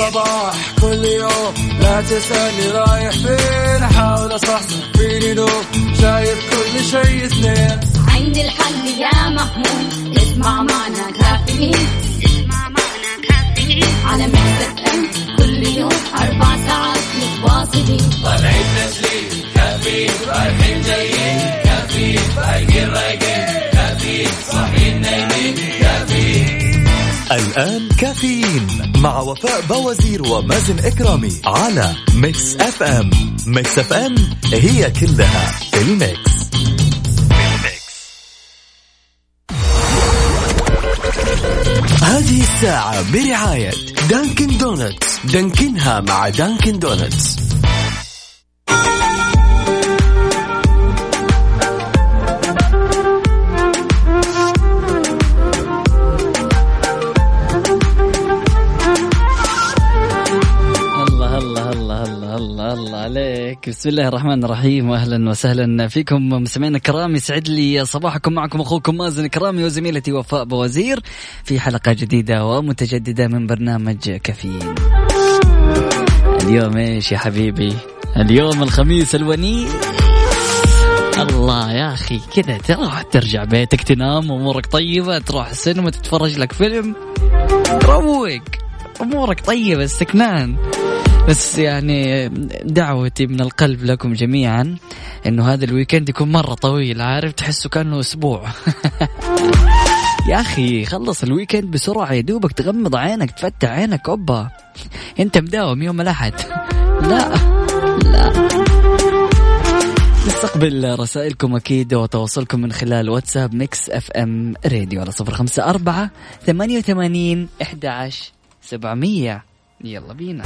الصباح كل يوم، لا تسألني رايح فين، أحاول أصحصح فيني نوم، شايف كل شيء سنين. عندي الحل يا محمود، اسمع معنا كافيين، اسمع معنا كافيين على ميكس اف ام، كل يوم 4 ساعات متواصلين. طالعين تسليم كافيين، رايحين جايين كافيين، رايقين رايقين كافيين، صاحيين نايمين كافيين. الآن كافيين مع وفاء بوازير ومازن إكرامي على ميكس اف ام. ميكس اف ام هي كلها الميكس. هذه الساعة برعاية دانكن دونتس، دانكنها مع دانكن دونتس. الله عليك. بسم الله الرحمن الرحيم، واهلا وسهلا فيكم مستمعينا الكرام. يسعد لي صباحكم، معكم اخوكم مازن الكرامي وزميلتي وفاء بوازير في حلقه جديده ومتجدده من برنامج كافيين. اليوم ايش يا حبيبي؟ اليوم الخميس الونيس. الله يا اخي كذا تروح ترجع بيتك تنام، امورك طيبه، تروح السينما تتفرج لك فيلم، روق امورك طيبه، استكنان. بس يعني دعوتي من القلب لكم جميعا انه هذا الويكند يكون مرة طويل، عارف تحسه كأنه اسبوع. يا اخي خلص الويكند بسرعة، يدوبك تغمض عينك تفتح عينك، اوبا انت مداوم يوم الأحد. لا نستقبل رسائلكم أكيد وتواصلكم من خلال واتساب ميكس اف ام راديو على 0548811700. يلا بينا.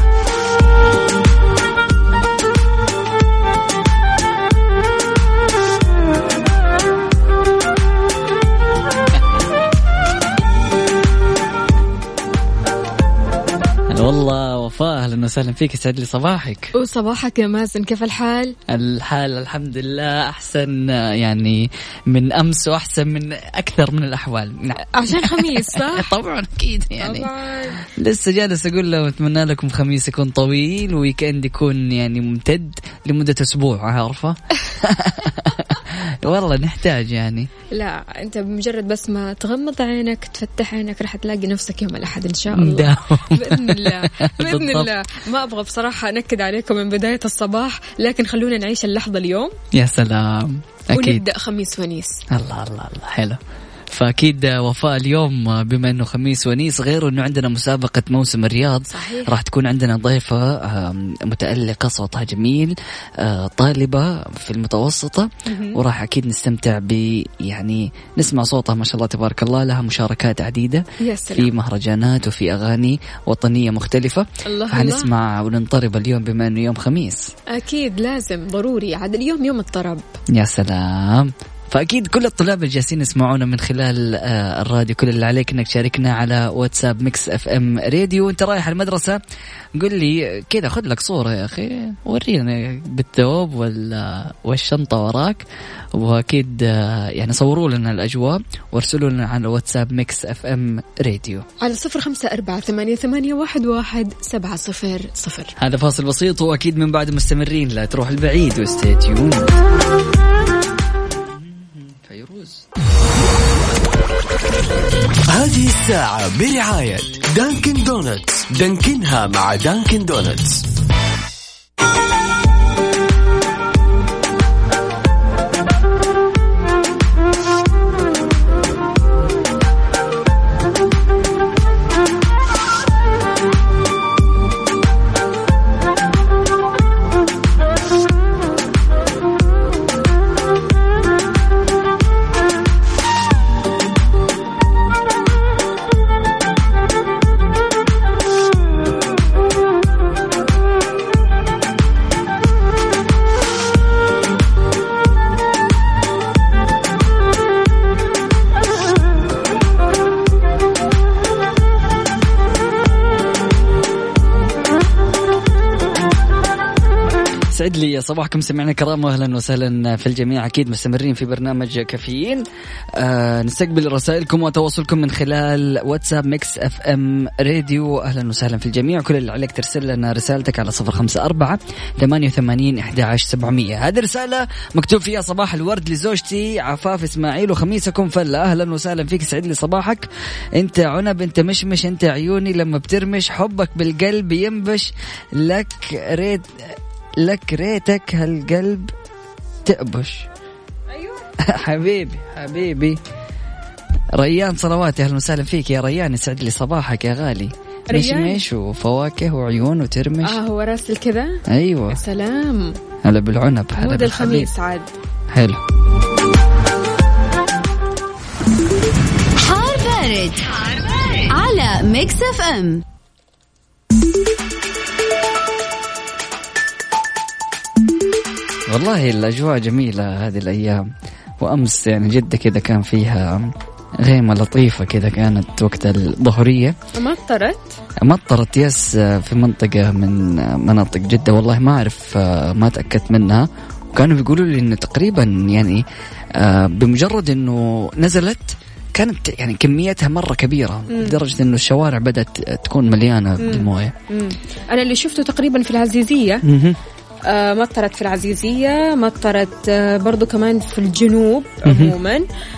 والله وفاء اهلا وسهلا فيك، يسعد لي صباحك. وصباحك يا مازن، كيف الحال؟ الحال الحمد لله احسن يعني من امس، واحسن من اكثر من الاحوال عشان خميس صح. طبعا اكيد يعني طبعا. لسه جالس اقول له اتمنى لكم خميس يكون طويل ويكند يكون يعني ممتد لمده اسبوع، عارفه. والله نحتاج يعني. لا انت بمجرد بس ما تغمض عينك تفتح عينك راح تلاقي نفسك يوم الأحد ان شاء الله. باذن الله باذن الله. ما ابغى بصراحه انكد عليكم من بدايه الصباح، لكن خلونا نعيش اللحظه اليوم. يا سلام أكيد. ونبدا خميس ونيس. الله حلو. فأكيد وفاء اليوم بما أنه خميس ونيس، غير أنه عندنا مسابقة موسم الرياض. صحيح. راح تكون عندنا ضيفة متألقة صوتها جميل، طالبة في المتوسطة، وراح أكيد نستمتع يعني نسمع صوتها ما شاء الله تبارك الله، لها مشاركات عديدة في مهرجانات وفي أغاني وطنية مختلفة. فهنسمع وننطرب اليوم بما أنه يوم خميس. أكيد لازم ضروري، عاد اليوم يوم الطرب. يا سلام. فأكيد كل الطلاب الجالسين يسمعونا من خلال الراديو، كل اللي عليك انك تشاركنا على واتساب ميكس اف ام راديو. وانت رايح المدرسة قل لي كذا، خذ لك صورة يا أخي ورينا بالثوب والشنطة وراك، وأكيد يعني صوروا لنا الأجواء وارسلوا لنا على واتساب ميكس اف ام راديو على 0548811700. هذا فاصل بسيط وأكيد من بعد مستمرين، لا تروح البعيد واستيتيون. هذه الساعة برعاية دانكن دونتس، دانكنها مع دانكن دونتس. يسعد لي صباحكم سمعنا كرام، واهلا وسهلا في الجميع. اكيد مستمرين في برنامج كافيين. نستقبل رسائلكم وتواصلكم من خلال واتساب ميكس اف ام راديو. اهلا وسهلا في الجميع. كل اللي عليك ترسل لنا رسالتك على 054-88-11700. هذه رسالة مكتوب فيها صباح الورد لزوجتي عفاف اسماعيل وخميسكم فلة. اهلا وسهلا فيك، يسعد لي صباحك. انت عنب، انت مشمش، انت عيوني لما بترمش، حبك بالقلب ينبش، لك ريتك هالقلب تأبش. أيوة. حبيبي ريان صلواتي. أهلا وسهلا فيك يا ريان، يسعد لي صباحك يا غالي. مشمش وفواكه وعيون وترمش. هو راسل كذا. أيوة سلام. هلا بالعنب، هلا بالخميس عاد. حلو. حار بارد على ميكس اف ام. والله الأجواء جميلة هذه الأيام، وأمس يعني جدة كذا كان فيها غيمة لطيفة كذا، كانت وقت الظهرية. مطرت يس في منطقة من مناطق جدة، والله ما أعرف، ما تأكدت منها. وكانوا بيقولوا لي إنه تقريبا يعني بمجرد إنه نزلت كانت يعني كميتها مرة كبيرة لدرجة إنه الشوارع بدأت تكون مليانة بالموية. أنا اللي شفته تقريبا في العزيزية. مطرت في العزيزية، مطرت برضو كمان في الجنوب عموما.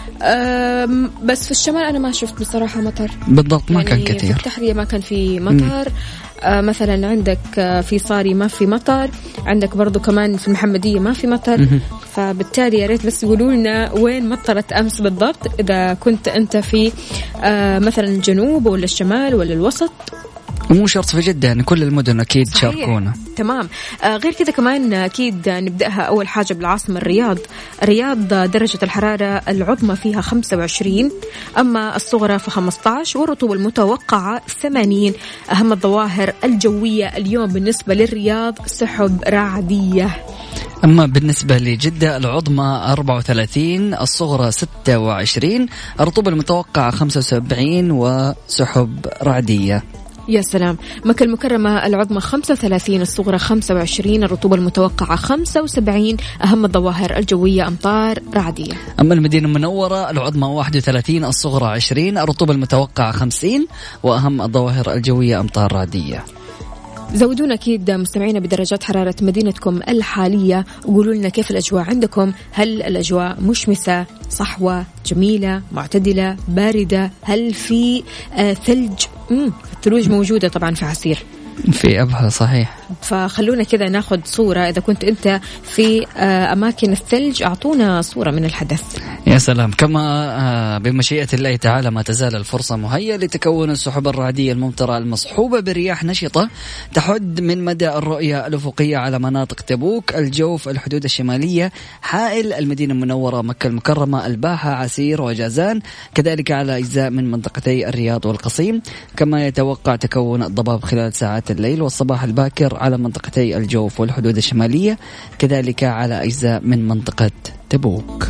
بس في الشمال أنا ما شفت بصراحة مطر بالضبط، ما يعني كان كثير. في التحرية ما كان في مطر. مثلا عندك في صاري ما في مطر، عندك برضو كمان في المحمدية ما في مطر. فبالتالي يا ريت بس يقولوا لنا وين مطرت أمس بالضبط، إذا كنت أنت في مثلا الجنوب ولا الشمال ولا الوسط. ومو شرط في جدة، يعني كل المدن أكيد شاركونا. تمام. غير كذا كمان أكيد نبدأها أول حاجة بالعاصمة الرياض درجة الحرارة العظمى فيها 25، أما الصغرى في 15، والرطوبة المتوقعة 80. أهم الظواهر الجوية اليوم بالنسبة للرياض سحب رعدية. أما بالنسبة لجدة العظمى 34، الصغرى 26، الرطوبة المتوقعة 75 وسحب رعدية. يا سلام. مكة المكرمة العظمى 35، الصغرى 25، الرطوبة المتوقعة 75. أهم الظواهر الجوية أمطار رعدية. أما المدينة المنورة العظمى 31، الصغرى 20، الرطوبة المتوقعة 50، وأهم الظواهر الجوية أمطار رعدية. زودونا أكيد مستمعينا بدرجات حرارة مدينتكم الحالية، وقولوا لنا كيف الأجواء عندكم. هل الأجواء مشمسة، صحوة، جميلة، معتدلة، باردة؟ هل في ثلج؟ الثلوج موجودة طبعا في عسير، في أبها صحيح. فخلونا كذا ناخد صورة. إذا كنت أنت في أماكن الثلج أعطونا صورة من الحدث. يا سلام. كما بمشيئة الله تعالى ما تزال الفرصة مهيئة لتكون السحب الرعدية الممطرة المصحوبة برياح نشطة تحد من مدى الرؤية الأفقية على مناطق تبوك، الجوف، الحدود الشمالية، حائل، المدينة المنورة، مكة المكرمة، الباحة، عسير وجازان، كذلك على أجزاء من منطقتي الرياض والقصيم. كما يتوقع تكون الضباب خلال ساعات الليل والصباح الباكر على منطقتي الجوف والحدود الشمالية، كذلك على أجزاء من منطقة تبوك.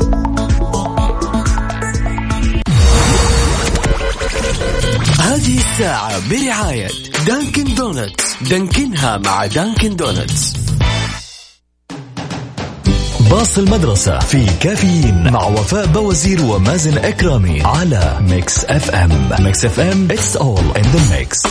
هذه الساعة برعاية دانكن دونتس، دانكنها مع دانكن دونتس. باص المدرسة في كافيين مع وفاء بوزير ومازن إكرامي على ميكس اف ام. ميكس اف ام it's all in the mix.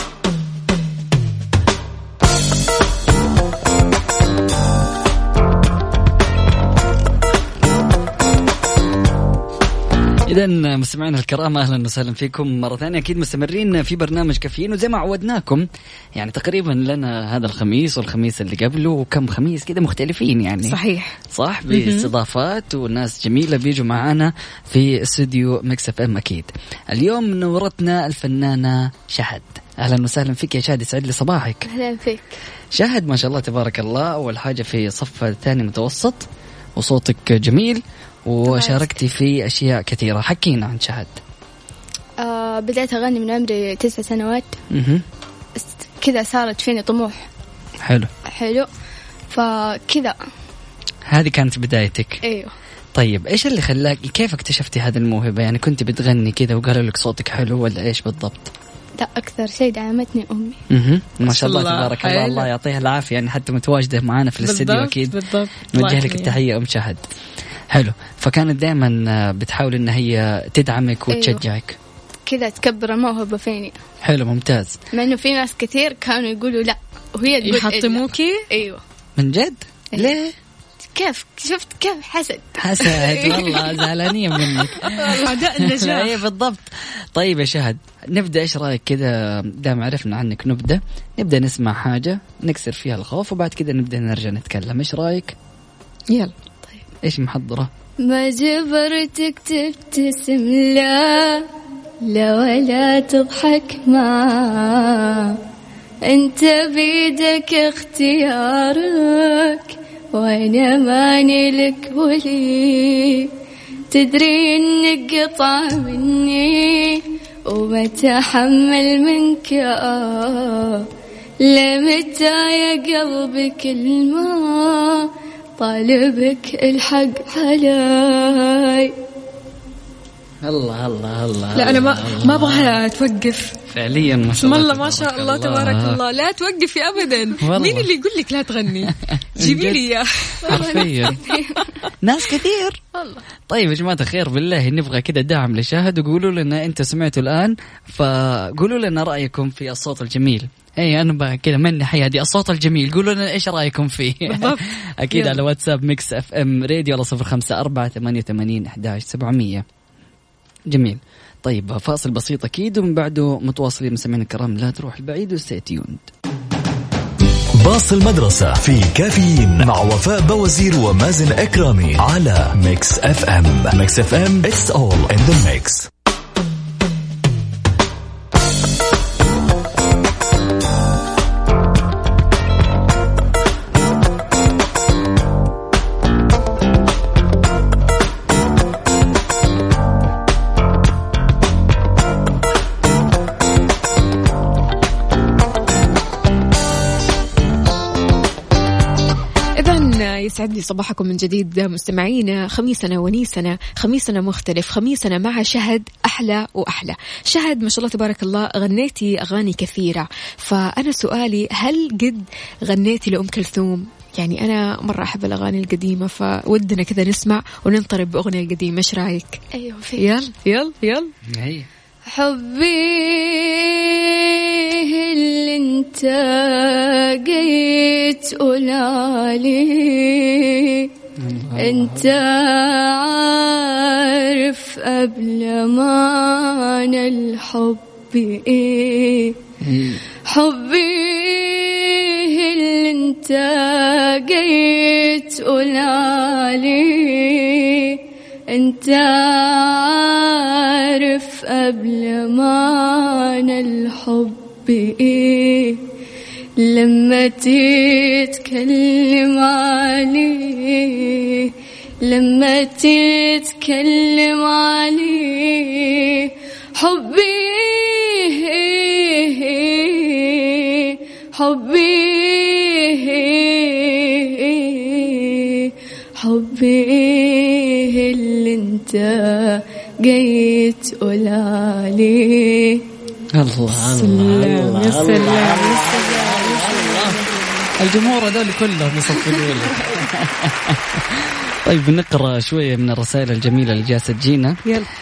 إذا مستمعينا الكرام أهلا وسهلا فيكم مرة ثانية. أكيد مستمرين في برنامج كافيين، وزي ما عودناكم يعني تقريبا لنا هذا الخميس والخميس اللي قبله وكم خميس كده مختلفين يعني. صحيح صح، باستضافات وناس جميلة بيجوا معانا في استوديو ميكس اف ام. أكيد اليوم نورتنا الفنانة شهد. أهلا وسهلا فيك يا شهد، يسعد لي صباحك. أهلا فيك شهد. ما شاء الله تبارك الله، أول حاجة في صف ثاني متوسط وصوتك جميل وشاركتي في أشياء كثيرة. حكينا عن شهد. بدأت أغني من عمري 9 سنوات. كذا صارت فيني طموح. حلو فكذا هذه كانت بدايتك. أيوه. طيب إيش اللي خلاك، كيف اكتشفتي هذه الموهبة؟ يعني كنت بتغني كذا وقالوا لك صوتك حلو ولا إيش بالضبط؟ لا، أكثر شيء دعمتني أمي. ما شاء الله تبارك الله، الله يعطيها العافية، يعني حتى متواجدة معنا في الاستديو أكيد. بالضبط. نوجه لك التحية أم شهد. حلو. فكانت دائما بتحاول إن هي تدعمك وتشجعك. كذا تكبر الموهبة فيني. حلو، ممتاز. مع إنه في ناس كثير كانوا يقولوا لا وهي تقول يحطموكي. أيوة. من جد؟ ليه؟ كيف شفت كيف حسد والله زعلانية منك. أعداء النجاح. ايه بالضبط. طيب يا شهد، نبدأ. إيش رأيك كذا دام عرفنا عنك نبدأ نسمع حاجة نكسر فيها الخوف، وبعد كذا نبدأ نرجع نتكلم. إيش رأيك؟ يلا. طيب إيش محضرة؟ ما جبرتك تبتسم لا ولا تضحك ما أنت بيدك اختيارك وأنا ماني لك ولي، تدري إنك قطع مني وما تحمل منك لمتى يا قلبي كلمة طالبك الحق علي. الله الله الله. لا أنا ما أبغى توقف فعليا. ما شاء الله ما شاء الله تبارك الله. لا توقفي أبدا. مين اللي يقول لك لا تغني؟ جيبي لي إياه حرفيا. ناس كثير والله. طيب يا جماعة الخير بالله نبغى كده دعم لشاهد، وقولوا لنا أنت سمعتوا الآن، فقولوا لنا رأيكم في الصوت الجميل. اي انا بقى كده مني حيادي الصوت الجميل، قولوا لنا ايش رايكم فيه. اكيد على واتساب ميكس اف ام راديو على 0548811700. جميل. طيب فاصل بسيط اكيد ومن بعده متواصلين مستمعينا الكرام، لا تروح البعيد وستي تيوند. باص المدرسة في كافيين مع وفاء بوزير ومازن إكرامي على ميكس اف ام. ميكس اف ام it's all in the mix. يسعد لي صباحكم من جديد مستمعينا. خميسنا ونيسنا، خميسنا مختلف، خميسنا مع شهد أحلى وأحلى. شهد ما شاء الله تبارك الله غنيتي أغاني كثيرة، فأنا سؤالي هل قد غنيتي لأم كلثوم؟ يعني أنا مرة أحب الأغاني القديمة، فودنا كذا نسمع وننطرب بأغنية قديمة. إيش رأيك؟ أيوة في. يلا هي حبي اللي انت جيت قولالي انت عارف قبل ما انا الحب ايه. حبي اللي انت جيت قولالي انت عارف قبل ما انا الحب ايه. لما تتكلم عليه، لما تتكلم عليه حبي حبي حبي اللي انت جيت قولالي. الله الله الله. الجمهور هذول كلهم يصفقوا لك. طيب نقرأ شوية من الرسائل الجميلة اللي جالسة تجينا.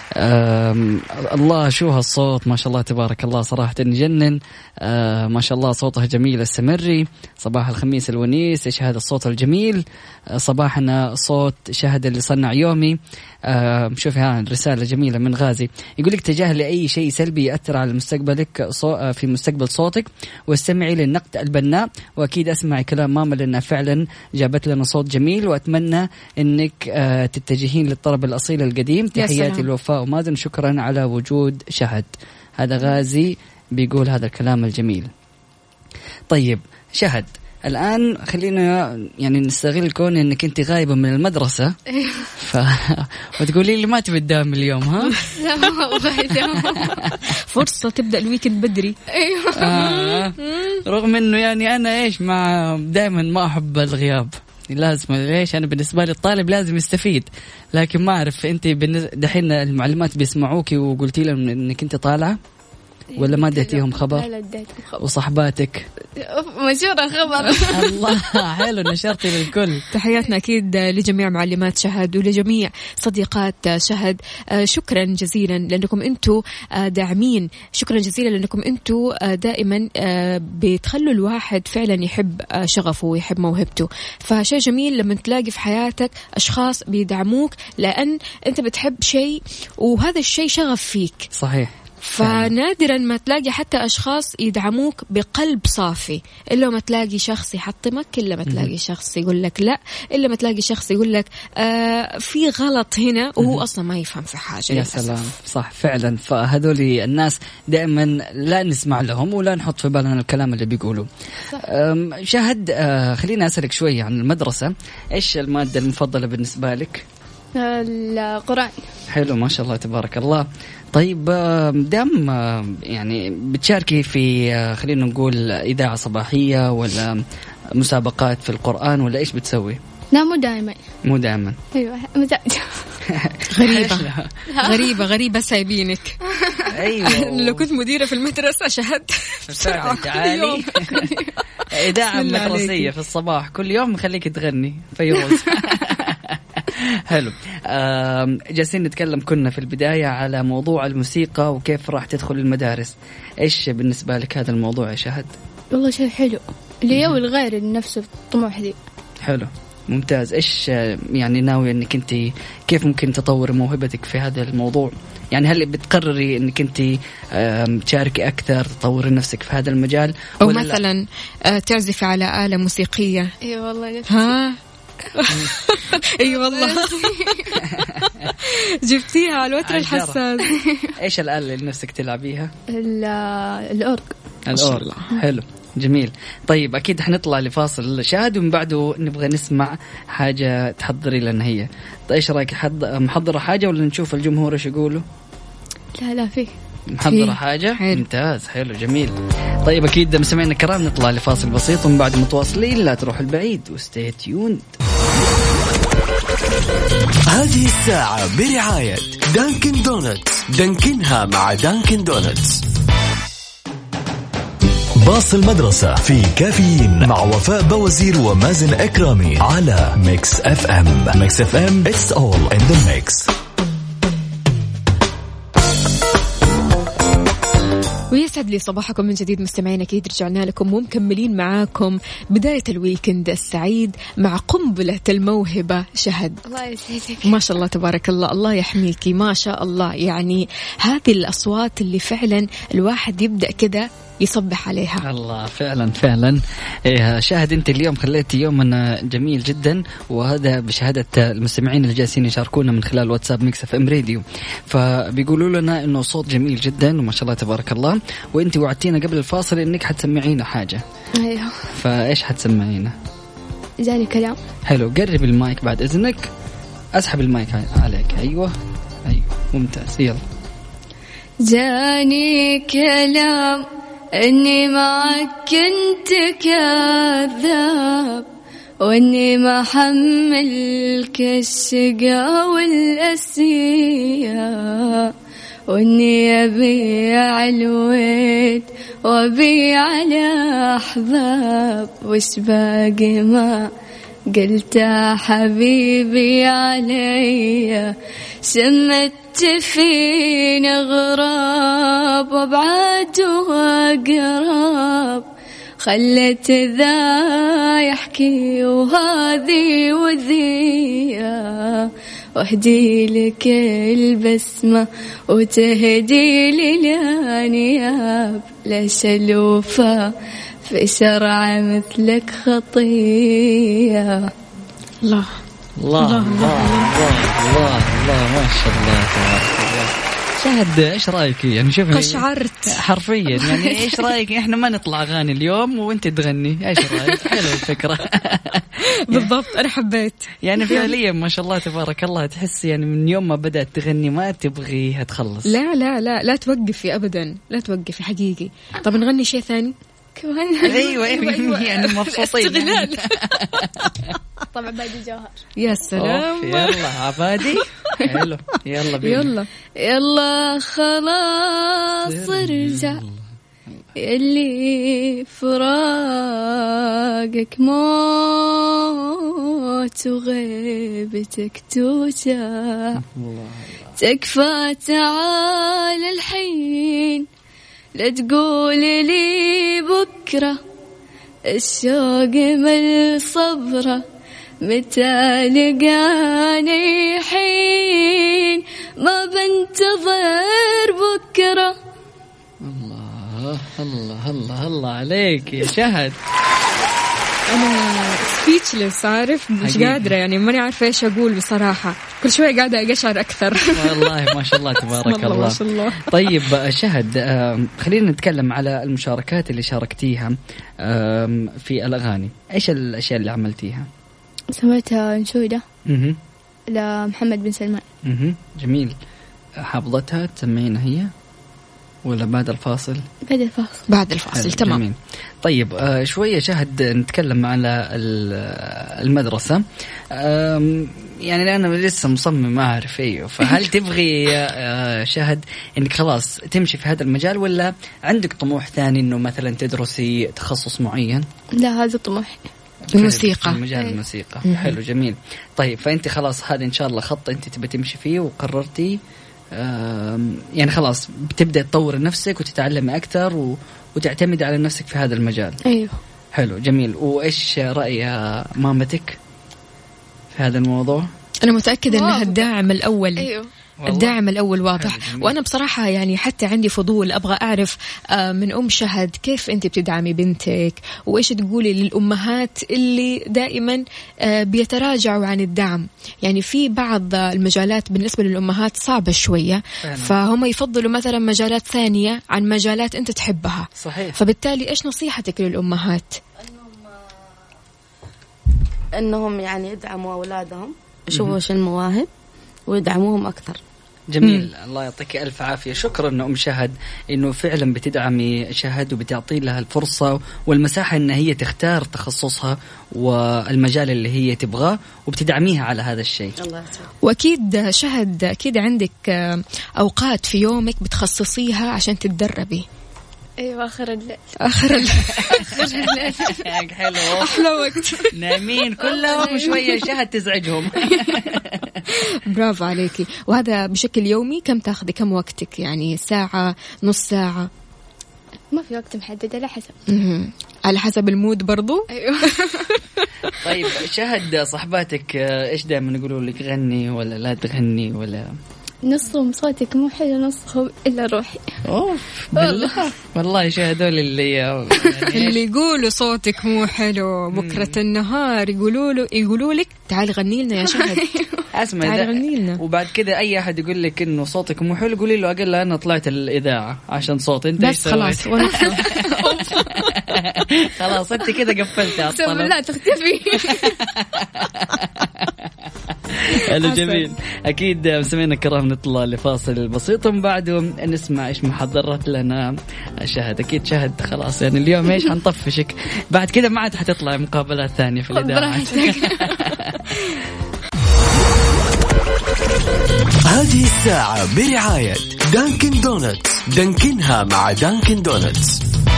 الله شو هالصوت ما شاء الله تبارك الله، صراحة يجنن. ما شاء الله صوتها جميل. السمري صباح الخميس الونيس، ايش هذا الصوت الجميل. صباحنا صوت شهد اللي صنع يومي. شوفي ها الرسالة جميلة من غازي، يقولك تجاهلي أي شيء سلبي يأثر على مستقبلك في مستقبل صوتك، واستمعي للنقد البناء، وأكيد أسمعي كلام ماما لأنها فعلا جابت لنا صوت جميل، وأتمنى أنك تتجهين للطرب الأصيل القديم. تحياتي لوفاء ومازن، شكرا على وجود شهد. هذا غازي بيقول هذا الكلام الجميل. طيب شهد الآن خلينا يعني نستغل كون انك انت غايبة من المدرسة وتقولي لي ما تبي تداوم اليوم ها؟ لا ما أبغى أداوم. فرصة تبدأ الويكند بدري. أيوة. رغم انه يعني انا ايش مع دائما ما احب الغياب، لازم ليش انا بالنسبة لي الطالب لازم يستفيد، لكن ما اعرف انت دحين المعلمات بيسمعوكي وقلتي لهم انك انت طالعة؟ ولا ما اديتيهم خبر؟ لا اديتهم خبر. وصحباتك؟ مشهورة خبر. الله حلو، نشرتي للكل. تحياتنا أكيد لجميع معلمات شهد ولجميع صديقات شهد. شكرا جزيلا لأنكم أنتوا داعمين، شكرا جزيلا لأنكم أنتوا دائما بتخلوا الواحد فعلا يحب شغفه ويحب موهبته. فشيء جميل لما تلاقي في حياتك أشخاص بيدعموك لأن أنت بتحب شيء وهذا الشيء شغف فيك. صحيح. فنادرا ما تلاقي حتى أشخاص يدعموك بقلب صافي، إلا ما تلاقي شخص يحطمك، إلا ما تلاقي شخص يقول لك لا، إلا ما تلاقي شخص يقول لك في غلط هنا وهو أصلا ما يفهم في حاجة. يا سلام، صح فعلا. فهذول الناس دائما لا نسمع لهم ولا نحط في بالنا الكلام اللي بيقولوا. شهد، خلينا أسألك شوية عن المدرسة. إيش المادة المفضلة بالنسبة لك؟ القرآن. حلو ما شاء الله تبارك الله. طيب دام يعني بتشاركي في خلينا نقول إذاعة صباحية ولا مسابقات في القرآن ولا إيش بتسوي؟ لا مو دائما. مو دائما. أيوة مزاج. غريبة سايبينك. أيوة. لو كنت مديرة في المدرسة شهد تعالي إذاعة مدرسية في الصباح كل يوم خليك تغني فيروز. حلو. جالسين نتكلم كنا في البداية على موضوع الموسيقى وكيف راح تدخل المدارس. إيش بالنسبة لك هذا الموضوع يا شهد؟ والله شيء حلو لي والغير نفس الطموح دي. حلو ممتاز. إيش يعني ناوي أنك أنت كيف ممكن تطور موهبتك في هذا الموضوع؟ يعني هل بتقرري أنك أنت تشاركي أكثر تطوري نفسك في هذا المجال أو مثلا تعزفي على آلة موسيقية؟ إيه والله نفسي. ها اي والله جبتيها على الوتر الحساس. ايش الآلة اللي نفسك تلعبيها؟ الأورج. حلو جميل. طيب أكيد حنطلع لفاصل شهد ومن بعده نبغى نسمع حاجة تحضري لنا هي. طيب إيش رأيك، محضرة حاجة ولا نشوف الجمهور إيش يقولوا؟ لا فيه محضرة حاجة. ممتاز حلو جميل. طيب أكيد مستمعينا الكرام نطلع لفاصل بسيط ومن بعد متواصلين. لا تروح البعيد وستي تيوند. هذه الساعة برعاية دانكن دونتس، دانكنها مع دانكن دونتس. باص المدرسة في كافيين مع وفاء بوزير ومازن إكرامي على ميكس اف ام. ميكس اف ام it's all in the mix. ويسعد لي صباحكم من جديد مستمعين. أكيد رجعنا لكم ومكملين معاكم بداية الويكند السعيد مع قنبلة الموهبة شهد. الله يسعدك. ما شاء الله تبارك الله، الله يحميكي ما شاء الله. يعني هذه الأصوات اللي فعلا الواحد يبدأ كده يصبح عليها. الله فعلا إيه شاهد انت اليوم خليتي يومنا جميل جدا، وهذا بشهادة المستمعين اللي جالسين يشاركونا من خلال واتساب ميكس اف ام راديو. فبيقولوا لنا انه صوت جميل جدا وما شاء الله تبارك الله. وانت وعدتينا قبل الفاصل انك حتسمعينا حاجة. ايوه. فايش حتسمعينا؟ جاني كلام. حلو قرب المايك بعد اذنك. اسحب المايك عليك. ايوه ممتاز يلا. جاني كلام اني معك كنت كذاب، واني ما حملك الشقا والاسيا، واني ابيع الود وابيع الاحباب، وش باقي ما قلت حبيبي عليا، شمت فين غراب وابعد وقراب، خلت ذا يحكي وهذي وذيا، واهدي لك البسمة وتهدي لي الانياب، ليش الوفا في شرع مثلك خطية. الله الله الله الله الله ما شاء الله تبارك الله. شاهد ايش رايك؟ يعني شوفي قشعرت حرفيا. يعني ايش رايك احنا ما نطلع اغاني اليوم وانت تغني؟ ايش رايك؟ حلو الفكره. بالضبط انا حبيت. يعني فعليا ما شاء الله تبارك الله تحس يعني من يوم ما بدأت تغني ما تبغيها تخلص. لا لا لا لا توقفي ابدا، لا توقفي حقيقي. طب نغني شيء ثاني كمان. ايوه يعني مبسوطين يعني. طبعا عبادي جوهر. يا سلام. يلا عبادي حلو يلا بينا. يلا خلاص ارجع اللي فراقك موت وغيبتك توجع تكفى تعال الحين لا تقول لي بكرة الشوق مل صبره متى لقاني حين ما بنتظر بكرة. الله عليك يا شهد. أنا سبيتشلس عارف مش قادرة يعني ماني عارفة إيش أقول بصراحة كل شوي قاعدة أقشعر أكثر. والله ما شاء الله تبارك الله. ما شاء الله. طيب شهد خلينا نتكلم على المشاركات اللي شاركتيها في الأغاني. إيش الأشياء اللي عملتيها؟ سويتها أنشودة لمحمد بن سلمان. جميل. حافظتها تسمعينها هي ولا بعد الفاصل؟ بعد الفاصل تمام. جميل. طيب شوية شهد نتكلم على المدرسة. يعني أنا لسه مصمم ما أعرف أيه، فهل تبغي شهد إنك خلاص تمشي في هذا المجال ولا عندك طموح ثاني إنه مثلا تدرسي تخصص معين؟ لا هذا طموحي. الموسيقى. مجال الموسيقى. حلو جميل. طيب فأنت خلاص هذا إن شاء الله خط أنت تبي تمشي فيه وقررتي يعني خلاص بتبدأ تطور نفسك وتتعلمي أكثر وتعتمد على نفسك في هذا المجال. أيوه. حلو جميل. وإيش رأي مامتك في هذا الموضوع؟ أنا متأكدة أنها الداعم الأول. أيوه. الداعم الأول واضح. وأنا بصراحة يعني حتى عندي فضول أبغى أعرف من شهد كيف أنت بتدعمي بنتك وإيش تقولي للأمهات اللي دائما بيتراجعوا عن الدعم. يعني في بعض المجالات بالنسبة للأمهات صعبة شوية فهم يفضلوا مثلا مجالات ثانية عن مجالات أنت تحبها. صحيح. فبالتالي إيش نصيحتك للأمهات؟ أنهم يعني يدعموا أولادهم يشوفوا وش المواهب ويدعموهم أكثر. جميل. الله يعطيك ألف عافية. شكرا أم شهد إنه فعلا بتدعمي شهد وبتعطي لها الفرصة والمساحة إن هي تختار تخصصها والمجال اللي هي تبغاه وبتدعميها على هذا الشيء. وأكيد شهد أكيد عندك أوقات في يومك بتخصصيها عشان تتدربي. أيوة آخر الليل. حلو. أحلى وقت. نايمين كلهم شوية شهد تزعجهم. برافو عليكي. وهذا بشكل يومي كم تاخذي كم وقتك يعني ساعة نص ساعة؟ ما في وقت محدد على حسب. على حسب المود برضو. أيوة. طيب شهد صحباتك إيش دائما يقولوا لك غني ولا لا تغني ولا؟ نصهم صوتك مو حلو نصهم إلا روحي. أوف بالله. والله شاهدول اللي يقولوا صوتك مو حلو بكرة النهار يقولوا لك تعال غني لنا يا شهد. اسمع تعال غني لنا. وبعد كده أي أحد يقول لك إنه صوتك مو حلو قولي له أقل أنا طلعت الإذاعة عشان صوت أنت بس خلاص. خلاص أنت كده قفلت. لا تختفي. حلو جميل. أكيد مستمعينا الكرام نطلع لفاصل بسيط ومن بعده نسمع إيش محضرت لنا شهد. أكيد شهد خلاص يعني اليوم إيش حنطفشك بعد كده ما عاد حتطلع مقابلات ثانية في الإذاعة. هذه الساعة برعاية دانكن دونتس. دانكنها مع دانكن دونتس.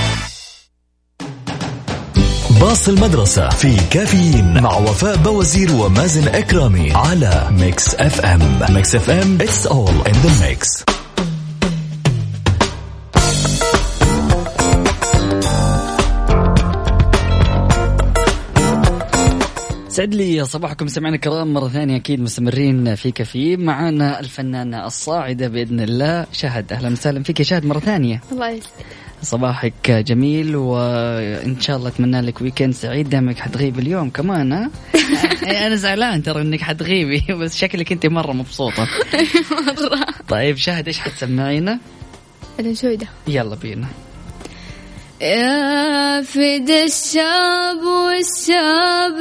باص المدرسة في كافيين مع وفاء بوزير ومازن إكرامي على ميكس اف ام. ميكس اف ام it's all in the mix. سعد لي صباحكم سمعنا الكرام مرة ثانية. أكيد مستمرين في كافيين معنا الفنانة الصاعدة بإذن الله شهد. أهلا وسهلا فيك يا شهد مرة ثانية. الله يسعدك. صباحك جميل وإن شاء الله أتمنى لك ويكند سعيد. دامك حتغيب اليوم كمان ها؟ أنا زعلان ترى إنك حتغيبي بس شكلك أنت مرة مبسوطة. مرة. طيب شهد إيش حتسمعينا؟ الأنشودة. يلا بينا. يا فد الشاب والشاب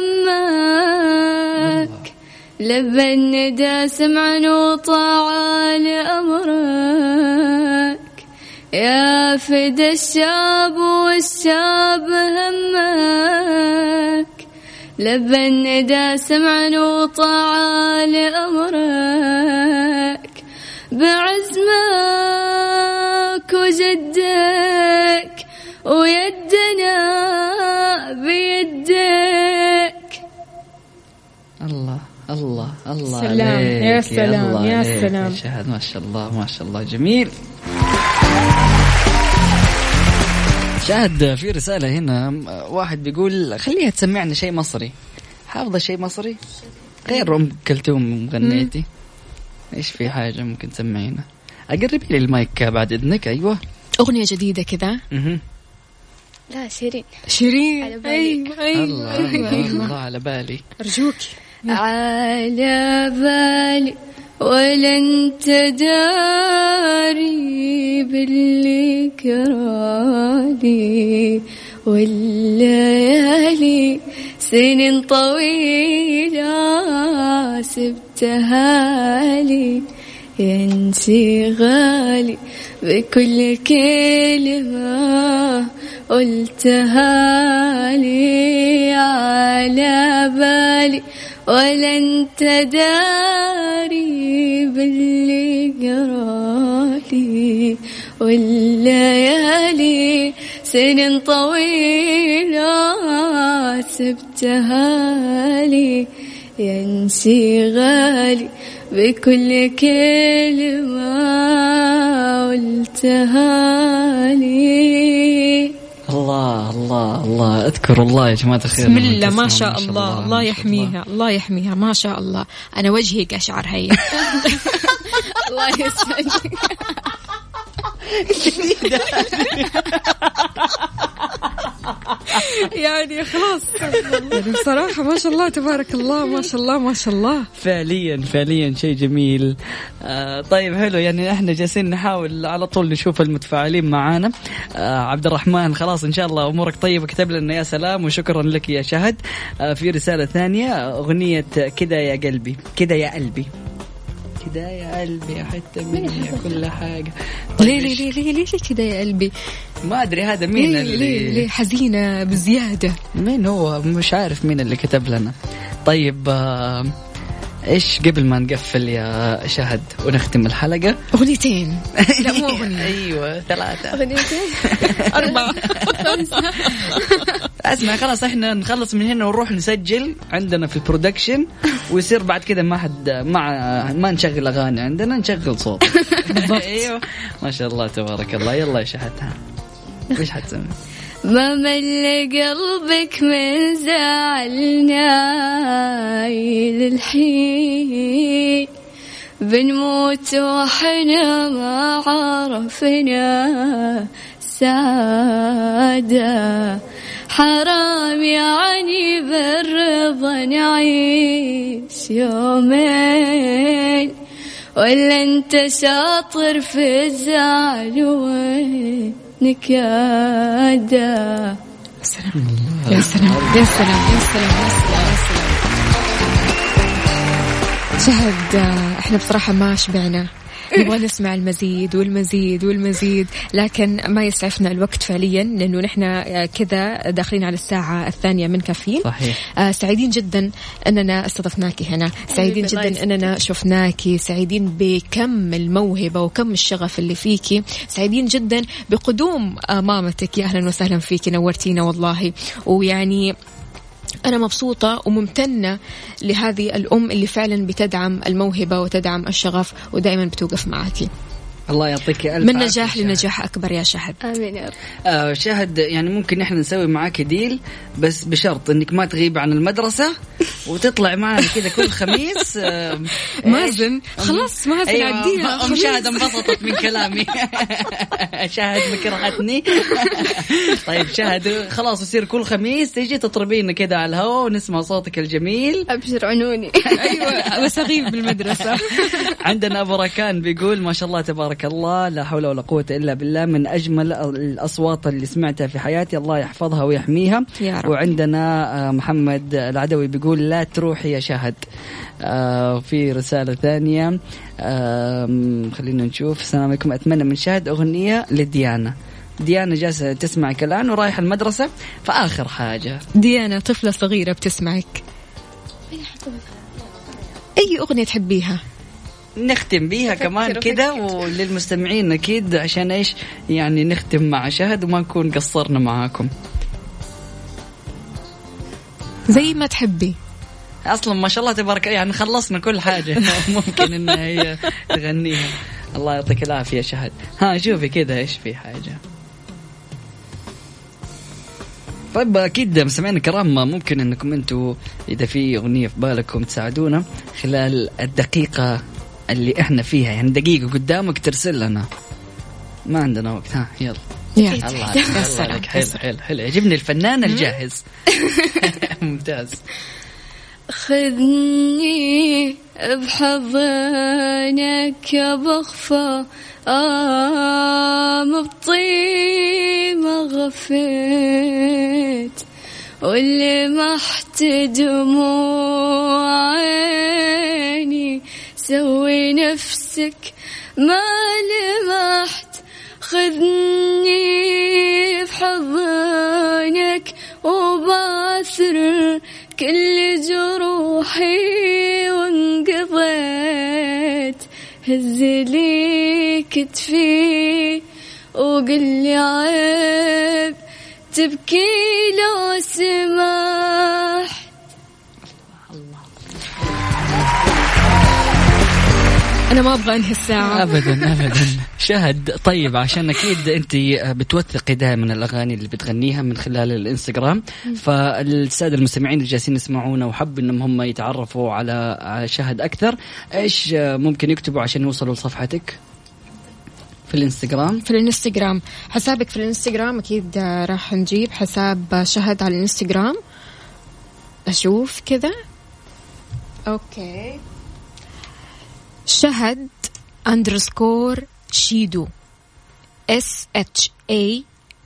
همك لبى الندى سمعا وطاعة لأمرك. يا فد الشاب والشاب همك لبى الندى سمعا وطاعة لأمرك بعزمك وجدك ويدنا بيدك. الله الله الله سلام عليك. يا سلام يا سلام. شهد ما شاء الله ما شاء الله جميل. شاهد في رسالة هنا واحد بيقول خليها تسمعنا شيء مصري. حافظة شيء مصري غير أم كلثوم غنيتي؟ إيش في حاجة ممكن تسمعينا؟ أقربي لي المايك بعد إذنك. أيوة أغنية جديدة كذا. لا شيرين. شيرين على بالي. أيوة. الله على بالي. أرجوك على بالي ولا انت داري باللي كرالي والليالي سنين طويلة سبتها لي ينسي غالي بكل كلمة قلتها لي. على بالي ولا انت داري باللي قرالي والليالي سنين طويلة سبتها لي ينسي غالي بكل كلمة قلتها لي. الله الله الله. اذكر الله يا جماعة الخير. بسم الله ما شاء الله. الله يحميها الله يحميها ما شاء الله. أنا وجهي قشعر هي. الله يسعدك. يعني خلاص بصراحة ما شاء الله تبارك الله ما شاء الله ما شاء الله. فعليا شيء جميل. طيب حلو. يعني احنا جالسين نحاول على طول نشوف المتفاعلين معانا. عبد الرحمن خلاص ان شاء الله امورك طيبة كتب لنا يا سلام وشكرا لك يا شهد. في رسالة ثانية اغنية كده يا قلبي كده يا قلبي كده يا قلبي حتى مني كل حاجة. ليه كده يا قلبي؟ ما أدري هذا مين ليه حزينة بزيادة؟ مين هو؟ مش عارف مين اللي كتب لنا. طيب إيش قبل ما نقفل يا شهد ونختم الحلقة؟ أغنيتين. لا مو أغنية. أيوة 3 أغنيتين 4 اسمع خلاص احنا نخلص من هنا ونروح نسجل عندنا في البرودكشن ويصير بعد كده ما نشغل اغاني عندنا نشغل صوت. ايوه ما شاء الله تبارك الله. يلا يا شهد ايش حتسمي؟ ما مل قلبك من زعلنا للحين بنموت وحنا ما عرفنا سعادة. حرام يعني بالرضا نعيش يومين ولا انت شاطر في الزعل ونكادة. سلام يا سلام يا سلام يا سلام يا سلام. شهد احنا بصراحة ما شبعنا نبغى نسمع المزيد والمزيد والمزيد لكن ما يسعفنا الوقت فعليا لأنه نحن كذا داخلين على الساعة الثانية من كافيين. صحيح. سعيدين جدا أننا استضفناكي هنا. سعيدين جدا أننا شفناكي. سعيدين بكم الموهبة وكم الشغف اللي فيكي. سعيدين جدا بقدوم مامتك. يا أهلا وسهلا فيكي نورتينا والله. ويعني أنا مبسوطة وممتنة لهذه الأم اللي فعلا بتدعم الموهبة وتدعم الشغف ودائما بتوقف معاكي. الله يعطيك ألف من نجاح لنجاح أكبر يا شهد. آمين يا رب. شهد يعني ممكن نحن نسوي معاك ديل بس بشرط إنك ما تغيب عن المدرسة وتطلع معنا كذا كل خميس. مازن خلاص مازن أيوة عديها. أم شهد انبسطت من كلامي. شهد مكرهتني. طيب شهد خلاص يصير كل خميس تيجي تطربينا كذا على الهواء ونسمع صوتك الجميل. أبشر عنوني. أيوة بس أغيب بالمدرسة. عندنا أبو ركان بيقول ما شاء الله تبارك الله لا حول ولا قوة إلا بالله من أجمل الأصوات اللي سمعتها في حياتي الله يحفظها ويحميها يا رب. وعندنا محمد العدوي بيقول لا تروحي يا شهد. في رسالة ثانية خلينا نشوف. السلام عليكم أتمنى من شهد أغنية لديانا ديانا جالسة تسمعك الآن ورايحة المدرسة. فآخر حاجة ديانا طفلة صغيرة بتسمعك، أي أغنية تحبيها نختم بيها كمان كده، وللمستمعين أكيد عشان إيش يعني نختم مع شهد وما نكون قصرنا معاكم. زي ما تحبي. أصلا ما شاء الله تبارك يعني خلصنا كل حاجة ممكن إن هي تغنيها. الله يعطيك العافية شهد. ها شوفي كده إيش في حاجة. طيب أكيد مستمعين الكرام ممكن أنكم أنتوا إذا في أغنية في بالكم تساعدونا خلال الدقيقة اللي إحنا فيها، يعني دقيقة قدامك ترسل لنا، ما عندنا وقت. ها يلا الله عليك. حلو يعجبني الفنان الجاهز. ممتاز. خذني بحضنك يا بخفى مبطي ما غفيت، واللي محت دموع عيني سوي نفسك ما لمحت. خذني بحضنك وبعثر كل جروحي وانقضيت، هز لي كتفي وقل لي عيب تبكي لو سمحت. أنا ما أبغى أنهي الساعة أبدا. شهد طيب عشان أكيد أنت بتوثقي دائما الأغاني اللي بتغنيها من خلال الإنستغرام، فالسادة المستمعين اللي جالسين يسمعونا وحب إنهم هم يتعرفوا على شهد أكثر، إيش ممكن يكتبوا عشان يوصلوا لصفحتك في الإنستغرام؟ في الإنستغرام حسابك في الإنستغرام أكيد راح نجيب حساب شهد على الإنستغرام. أشوف كذا أوكي، شهد _ شيدو SHAHD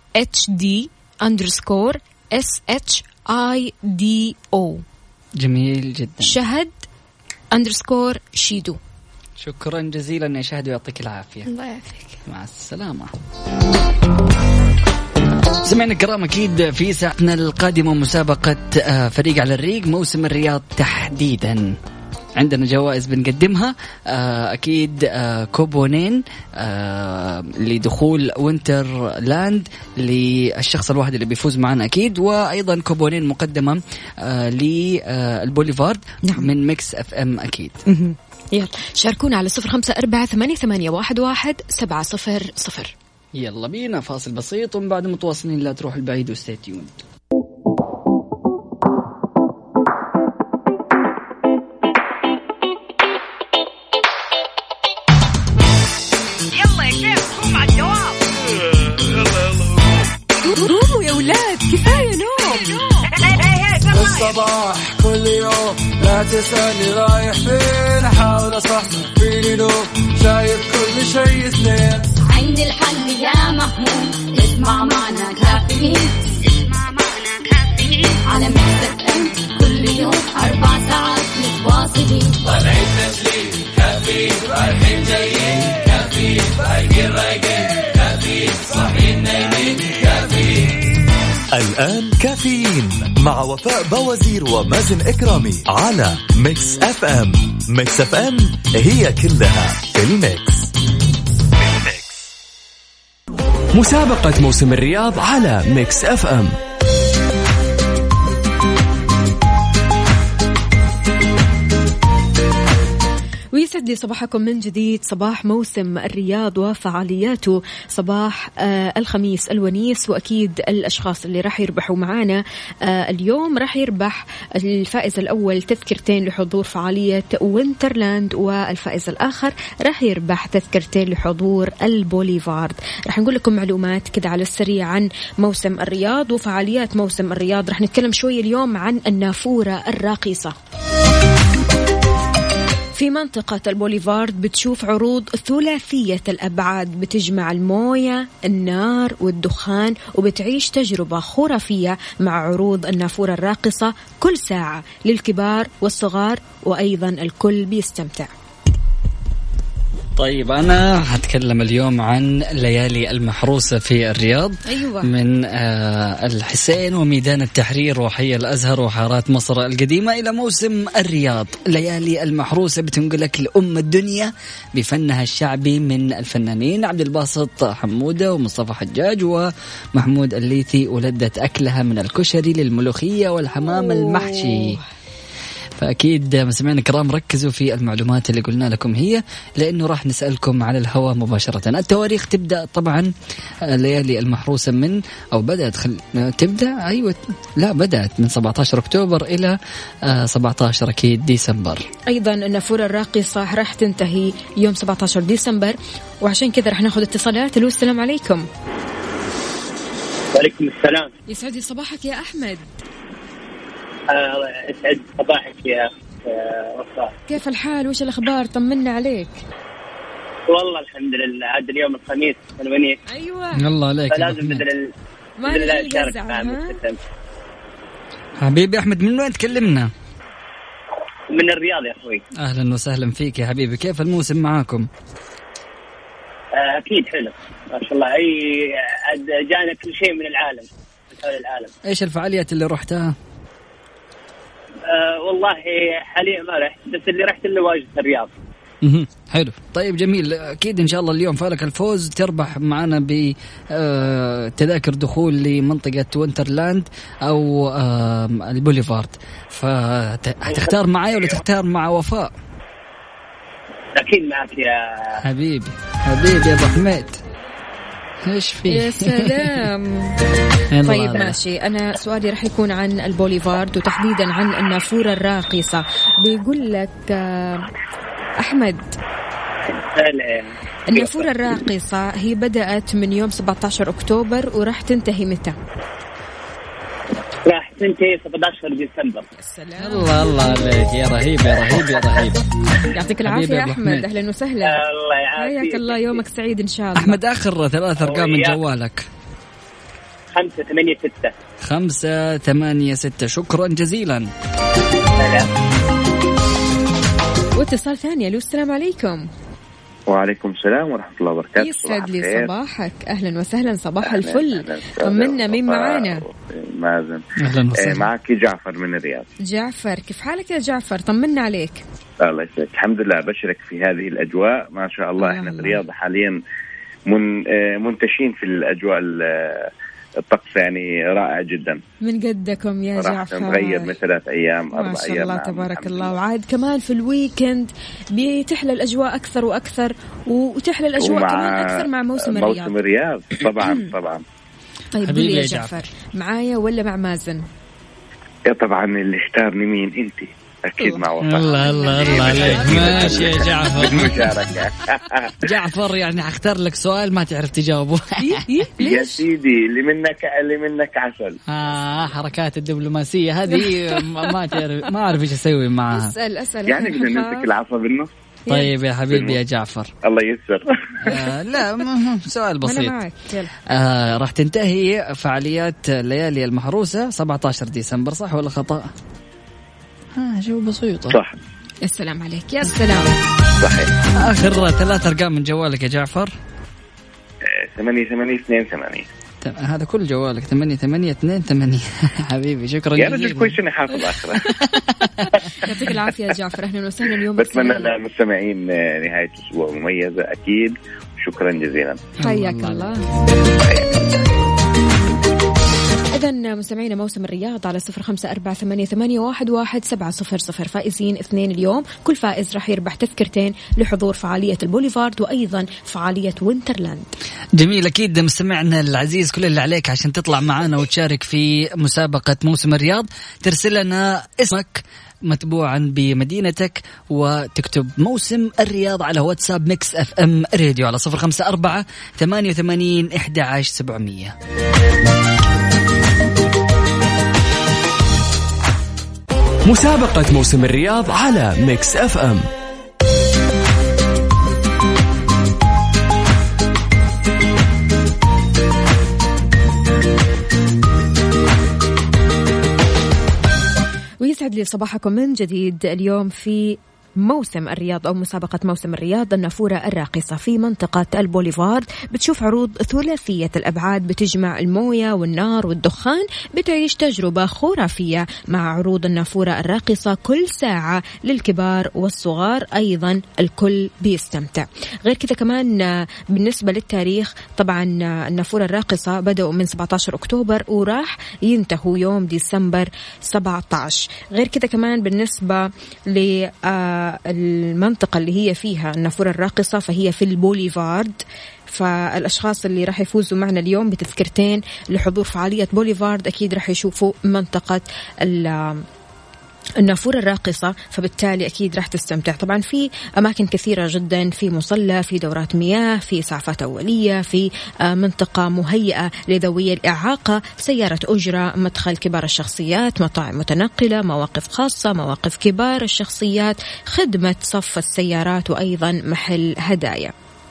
_ جميل جدا. شهد _ شيدو. شكرا جزيلا يا شهد ويعطيك العافية. الله يعافيك. مع السلامة. سمعنا الكرام أكيد في ساعتنا القادمة مسابقة فريق على الريق موسم الرياض تحديدا. عندنا جوائز بنقدمها أكيد، كوبونين لدخول وينتر لاند للشخص الواحد اللي بيفوز معنا أكيد، وأيضا كوبونين مقدمة للبوليفارد من ميكس اف ام أكيد. يلا شاركونا على 0548811700. يلا بينا فاصل بسيط ومن بعد متواصلين، لا تروح البعيد وستي تيوند. قوموا يا ولاد كفاية نوم. الصباح كل يوم لا تسألني رايح فين، أحاول أصحصح فيني نوم، شايف كل شيء سنين. عندي الحل يا محمود، اسمع معنا كافيين، على ميكس اف ام كل يوم 4 ساعات متواصلين. طالعين تسليم كافيين، رايحين جايين كافيين، رايقين كافيين، صاحيين نايمين كافيين. الآن كافيين مع وفاء بوازير ومازن إكرامي على ميكس اف ام. ميكس اف ام هي كلها في الميكس. مسابقة موسم الرياض على ميكس اف ام. ويسعد لي صباحكم من جديد، صباح موسم الرياض وفعالياته، صباح الخميس الونيس. وأكيد الأشخاص اللي راح يربحوا معانا اليوم راح يربح الفائز الأول تذكرتين لحضور فعالية وينترلاند، والفائز الآخر راح يربح تذكرتين لحضور البوليفارد. راح نقول لكم معلومات كده على السريع عن موسم الرياض وفعاليات موسم الرياض. راح نتكلم شوي اليوم عن النافورة الراقصة. في منطقة البوليفارد بتشوف عروض ثلاثية الأبعاد بتجمع الموية، النار والدخان، وبتعيش تجربة خرافية مع عروض النافورة الراقصة كل ساعة للكبار والصغار، وأيضا الكل بيستمتع. طيب أنا هتكلم اليوم عن ليالي المحروسة في الرياض. أيوة. من الحسين وميدان التحرير وحي الأزهر وحارات مصر القديمة إلى موسم الرياض. ليالي المحروسة بتنقلك لأم الدنيا بفنها الشعبي من الفنانين عبد الباسط حمودة ومصطفى حجاج ومحمود الليثي، ولدت أكلها من الكشري للملوخية والحمام المحشي. فأكيد مستمعينا الكرام ركزوا في المعلومات اللي قلنا لكم هي، لأنه راح نسألكم على الهواء مباشرة. التواريخ تبدأ طبعا ليالي المحروسة من أو بدأت تبدأ أيوة لا بدأت من 17 أكتوبر إلى 17 أكيد ديسمبر. أيضا النافورة الراقصة راح تنتهي يوم 17 ديسمبر، وعشان كذا راح ناخذ اتصالات. الو السلام عليكم. وعليكم السلام. يسعد صباحك يا أحمد. اسعد صباحك يا وفاء. كيف الحال وش الأخبار؟ طمنا عليك. والله الحمد لله، عاد اليوم الخميس الونيس. أيوة الله عليك. فلازم بدل الشارك حبيبي أحمد. من وين تكلمنا؟ من الرياض يا أخوي. أهلا وسهلا فيك يا حبيبي. كيف الموسم معاكم؟ أكيد حلو ما شاء الله. جانا كل شيء من العالم، من حول العالم. إيش الفعاليات اللي رحتها؟ والله حاليا ما رحت، بس اللي رحت اللي واجهة الرياض. حلو. طيب جميل. أكيد إن شاء الله اليوم فالك الفوز تربح معنا بتذاكر دخول لمنطقة وينترلاند أو البوليفارد. فهتختار معايا ولا تختار مع وفاء؟ أكيد معك يا حبيبي. حبيبي يا أبو حميد. إيش فيه؟ يا سلام. طيب ماشي. أنا سؤالي رح يكون عن البوليفارد وتحديدا عن النافورة الراقصة. بيقول لك أحمد، النافورة الراقصة هي بدأت من يوم 17 أكتوبر وراح تنتهي متى؟ راح تنتهي 17 ديسمبر. السلام. الله الله عليك يا رهيب يا رهيب يا رهيب. يعطيك العافية يا أحمد. أهلا وسهلا. الله يعافيك. حياك الله، يومك سعيد إن شاء الله. أحمد آخر 3 أرقام من جوالك. 586. 586. شكرا جزيلا. واتصال ثاني. الو السلام عليكم. وعليكم السلام ورحمة الله وبركاته. يسعد لي صباحك. أهلا وسهلا. صباح الفل. طمنا مين معانا؟ مازن. أهلا وسهلا. معك جعفر من الرياض. جعفر، كيف حالك يا جعفر؟ طمنا عليك. الله يسعدك. الحمد لله، بشرك في هذه الأجواء ما شاء الله. احنا في الرياض حاليا منتشين في الأجواء، الطقس يعني رائع جدا. من قدكم يا جعفر. نغير من 3 أيام 4 أيام. ما شاء الله تبارك الله. وعاد كمان في الويكند بتحلى الأجواء أكثر وأكثر، وتحلى الأجواء كمان أكثر مع موسم الرياض. موسم الرياض طبعا طبعا. طيب قولي يا جعفر، معايا ولا مع مازن؟ طبعا اللي اختارني مين انت؟ أكيد مع وفاء. الله الله الله عليك. ماشي يا جعفر. بالمشاركة. جعفر يعني هختار لك سؤال ما تعرف تجاوبه. يا سيدي اللي منك عسل. حركات الدبلوماسية هذه ما أعرف إيش أسوي معها. أسأل يعني بدنا نمسك العصا بالنص. طيب يا حبيبي يا جعفر. الله يسر. لا سؤال بسيط. راح تنتهي فعاليات ليالي المحروسة 17 ديسمبر، صح ولا خطأ؟ شو بسيطة. صح. السلام عليك. يا السلام. صحيح. آخر 3 أرقام من جوالك يا جعفر. 8828. هذا كل جوالك 8828. حبيبي شكرا جزيلا. يا رجل كويس اني حافظ آخره. يعطيك العافية يا جعفر. أهلا وسهلا. اليوم بتمنى للمستمعين نهاية أسبوع مميزة أكيد. شكرا جزيلا. حياك الله. إذن مستمعينا موسم الرياض على 0548811700. فائزين 2 اليوم. كل فائز راح يربح تذكرتين لحضور فعالية البوليفارد وأيضا فعالية وينترلاند. جميل. أكيد مستمعنا العزيز، كل اللي عليك عشان تطلع معنا وتشارك في مسابقة موسم الرياض ترسل لنا اسمك متبوعا بمدينتك وتكتب موسم الرياض على واتساب ميكس اف ام راديو على 0548811700. مسابقة موسم الرياض على ميكس اف ام. ويسعد لي صباحكم من جديد. اليوم في موسم الرياض أو مسابقة موسم الرياض النافورة الراقصة في منطقة البوليفارد. بتشوف عروض ثلاثية الأبعاد بتجمع الموية والنار والدخان. بتعيش تجربة خرافية مع عروض النافورة الراقصة كل ساعة للكبار والصغار، أيضا الكل بيستمتع. غير كذا كمان بالنسبة للتاريخ، طبعا النافورة الراقصة بدأوا من 17 أكتوبر وراح ينتهوا يوم ديسمبر 17. غير كذا كمان بالنسبة للمنطقة اللي هي فيها النافورة الراقصة فهي في البوليفارد. فالأشخاص اللي راح يفوزوا معنا اليوم بتذكرتين لحضور فعالية بوليفارد أكيد راح يشوفوا منطقة النافورة الراقصة، فبالتالي أكيد راح تستمتع. طبعا في أماكن كثيرة جدا، في مصلى، في دورات مياه، في إسعافات أولية، في منطقة مهيئة لذوي الإعاقة، سيارة أجرة، مدخل كبار الشخصيات، مطاعم متنقلة، مواقف خاصة، مواقف كبار الشخصيات، خدمة صف السيارات، وأيضا محل هدايا.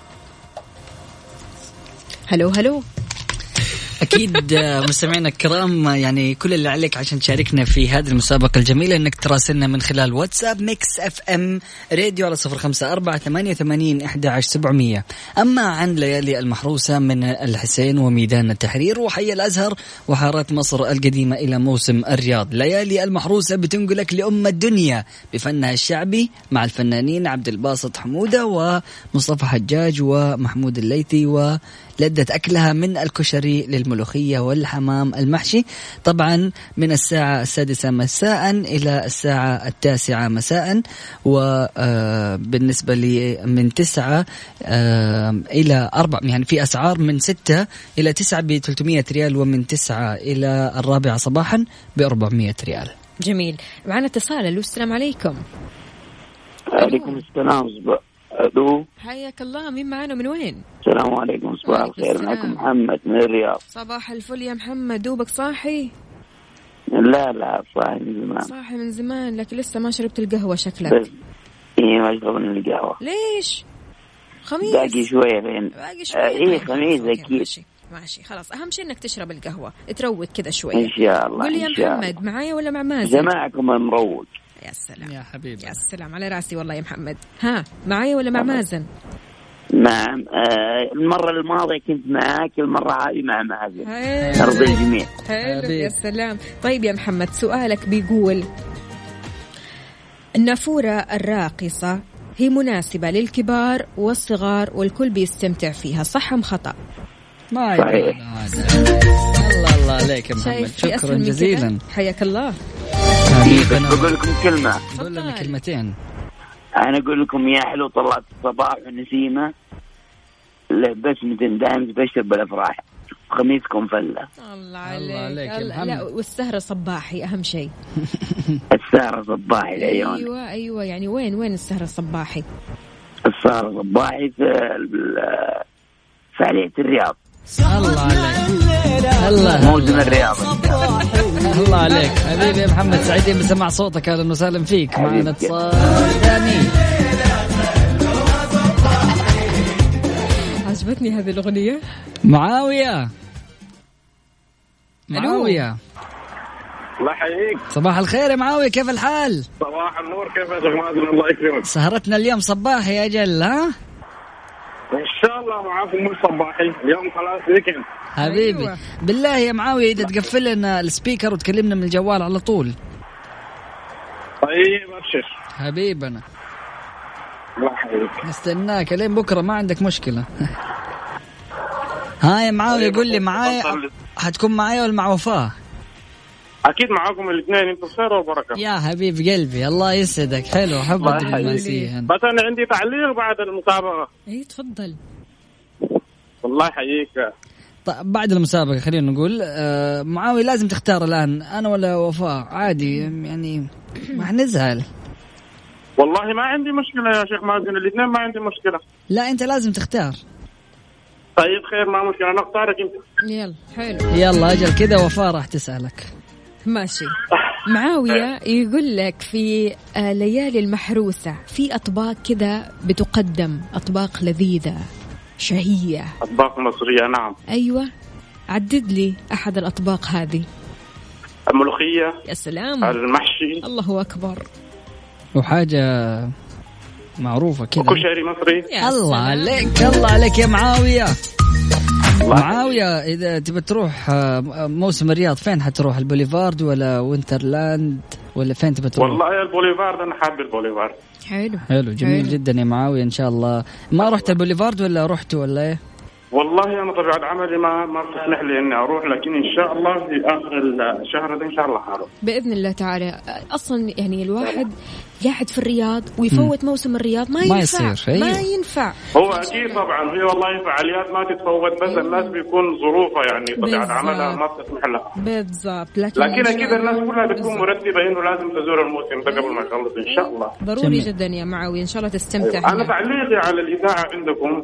هلو أكيد مستمعينا الكرام، يعني كل اللي عليك عشان تشاركنا في هذه المسابقة الجميلة إنك تراسلنا من خلال واتساب ميكس اف ام راديو على 0548811700. أما عن ليالي المحروسة من الحسين وميدان التحرير وحي الأزهر وحارات مصر القديمة إلى موسم الرياض، ليالي المحروسة بتنقلك لأم الدنيا بفنها الشعبي مع الفنانين عبد الباسط حمودة ومصطفى حجاج ومحمود الليثي، ولذة أكلها من الكشري للملوخية والحمام المحشي، طبعا من الساعة 6 مساء إلى الساعة 9 مساء. وبالنسبة لي من 9 إلى 4، يعني في أسعار من 6 إلى 9 ب300 ريال، ومن 9 إلى 4 صباحا ب400 ريال. جميل. معنا اتصال. السلام عليكم. عليكم السلام. ألو، حياك الله. مين معانا من وين؟ السلام عليكم. صباح الخير. معكم محمد من الرياض. صباح الفل يا محمد. دوبك صاحي؟ لا صاحي من زمان. صاحي من زمان، لكن لسه ما شربت القهوة شكلك. بس ما أشرب من القهوة. ليش؟ خميس باقي شوية بين. إيه خميس أكيد. ماشي خلاص، أهم شيء إنك تشرب القهوة، تروق كده شوية إن شاء الله. قل لي يا محمد، معايا ولا مع مازن؟ جماعكم مروق. يا سلام يا حبيبي، يا سلام على راسي والله يا محمد. ها، معايا ولا مع مازن؟ نعم. المرة الماضية كنت معاك، المرة هذه مع مازن. أرض الجميع. حلو يا سلام. طيب يا محمد، سؤالك بيقول: النافورة الراقصة هي مناسبة للكبار والصغار والكل بيستمتع فيها، صح أم خطأ؟ ما يبين هذا. الله عليك يا محمد، شكرا جزيلا. حياك الله. بقول لكم كلمة. قول لنا كلمتين. أنا أقول لكم يا حلو طلعت الصباح ونسيمة بسمة دائما تبشر بالأفراح، خميسكم فلة. الله عليك. لا، والسهرة صباحي أهم شيء. السهرة صباحي العيون. أيوة يعني وين السهرة صباحي؟ السهرة صباحي في فعالية الرياض. الله عليك. الله موسم الرياض. الله عليك حبيبي يا محمد، سعيدين بسمع صوتك. اهلا وسهلا فيك. معنا اتصال ثاني. عجبتني هذه الأغنية. معاوية. الله يحييك. صباح الخير يا معاوية، كيف الحال؟ صباح النور. كيف يا شيخ مازن؟ الله يكرمك. سهرتنا اليوم صباحي يا جل. ها إن شاء الله معاكم مش صباحي اليوم، خلاص ويكند حبيبي. أيوة. بالله يا معاوية إذا تقفل لنا السبيكر وتكلمنا من الجوال على طول. طيب أبشر حبيبنا. الله يحييك. نستناك لين بكرة، ما عندك مشكلة. ها يا معاوية قول لي، معايا هتكون معايا ولا مع وفاء؟ أكيد معاكم الاثنين، أنتم خير وبركة يا حبيب قلبي. الله يسعدك. حلو، حب الدبلوماسية. بس أنا عندي تعليق بعد المسابقة. إيه تفضل. الله يحييك. طيب بعد المسابقة خلينا نقول معاوي لازم تختار الآن، أنا ولا وفاء؟ عادي يعني ما حنزعل. والله ما عندي مشكلة يا شيخ مازن، الاثنين ما عندي مشكلة. لا أنت لازم تختار. طيب خير، ما مشكلة، أنا أختارك أنت. يلا حلو. يلا أجل كذا، وفاء راح تسألك. ماشي. معاوية يقول لك في ليالي المحروسة في أطباق كذا بتقدم، أطباق لذيذة شهية، أطباق مصرية. نعم. أيوة، عدد لي أحد الأطباق هذه. الملوخية. يا سلام. المحشي. الله أكبر. وحاجة معروفة كذا. وكشري مصري. الله عليك الله عليك يا معاوية. معاوية إذا تبى تروح موسم الرياض فين حتروح؟ البوليفارد ولا وينترلاند ولا فين تبى تروح؟ والله البوليفارد أنا حابب البوليفارد. حلو جميل جدا يا معاوية. إن شاء الله. ما رحت البوليفارد ولا رحت ولا إيه؟ والله أنا طبيعة عملي ما بتسمح لي إني أروح، لكن إن شاء الله في آخر الشهر ده إن شاء الله حاروح بإذن الله تعالى. أصلا يعني الواحد قاعد في الرياض ويفوت موسم الرياض ما ينفع. هو أكيد طبعا هي والله فعاليات ما تتفوت، بس الناس بيكون ظروفها يعني طبيعة عملها ما بتسمح لها. بالضبط. لكن أكيد الناس كلها بتكون مرتبة إنه لازم تزور الموسم ده قبل ما يخلص إن شاء الله. ضروري جدا يا معاوي، إن شاء الله تستمتع. أنا تعليقي على الإذاعة عندكم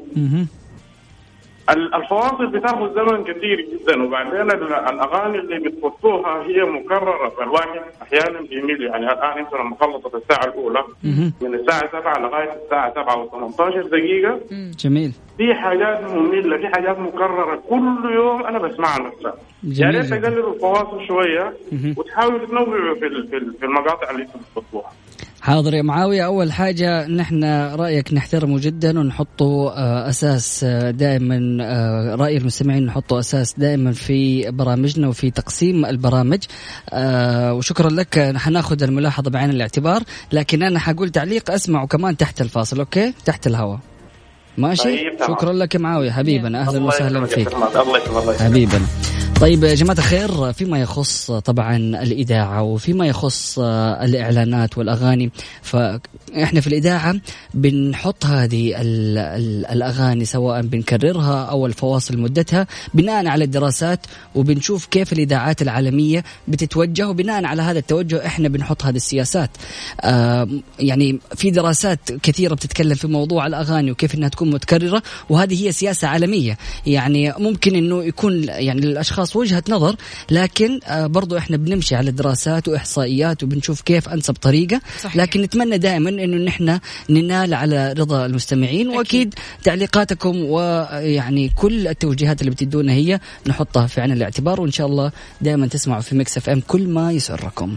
الفواصل بتاخذ زمن كثير جدا، وبعدين الاغاني اللي بتحطوها هي مكرره، فالواحد احيانا بيميل. يعني الان انت لما خلصت الساعه الاولى من الساعه 7 لغايه الساعه 7 و18 دقيقه جميل. في حاجات ممله، في حاجات مكرره كل يوم انا بسمعها نفسها. يا ريت تقللوا الفواصل شويه وتحاولوا تنوعوا في المقاطع اللي انتم بتحطوها. حاضر يا معاوية. أول حاجة نحن رأيك نحترمه جدا ونحطه أساس دائما، رأي المستمعين نحطه أساس دائما في برامجنا وفي تقسيم البرامج. وشكرا لك. حناخذ الملاحظة بعين الاعتبار، لكن أنا حقول تعليق أسمعه كمان تحت الفاصل. أوكي تحت الهواء ماشي. شكرا لك يا معاوية حبيبنا. أهلا وسهلا فيك حبيبنا. طيب يا جماعة الخير، فيما يخص طبعا الإذاعة وفيما يخص الإعلانات والأغاني، فإحنا في الإذاعة بنحط هذه الأغاني سواء بنكررها أو الفواصل مدتها بناء على الدراسات، وبنشوف كيف الإذاعات العالمية بتتوجه، وبناء على هذا التوجه إحنا بنحط هذه السياسات. يعني في دراسات كثيرة بتتكلم في موضوع الأغاني وكيف إنها تكون متكررة، وهذه هي سياسة عالمية. يعني ممكن إنه يكون يعني للأشخاص وجهة نظر، لكن برضو إحنا بنمشي على دراسات وإحصائيات وبنشوف كيف أنسب طريقة. صحيح. لكن نتمنى دائما إنه نحن ننال على رضا المستمعين. وأكيد تعليقاتكم ويعني كل التوجيهات اللي بتدونا هي نحطها في عين الاعتبار، وإن شاء الله دائما تسمعوا في ميكس اف ام كل ما يسركم.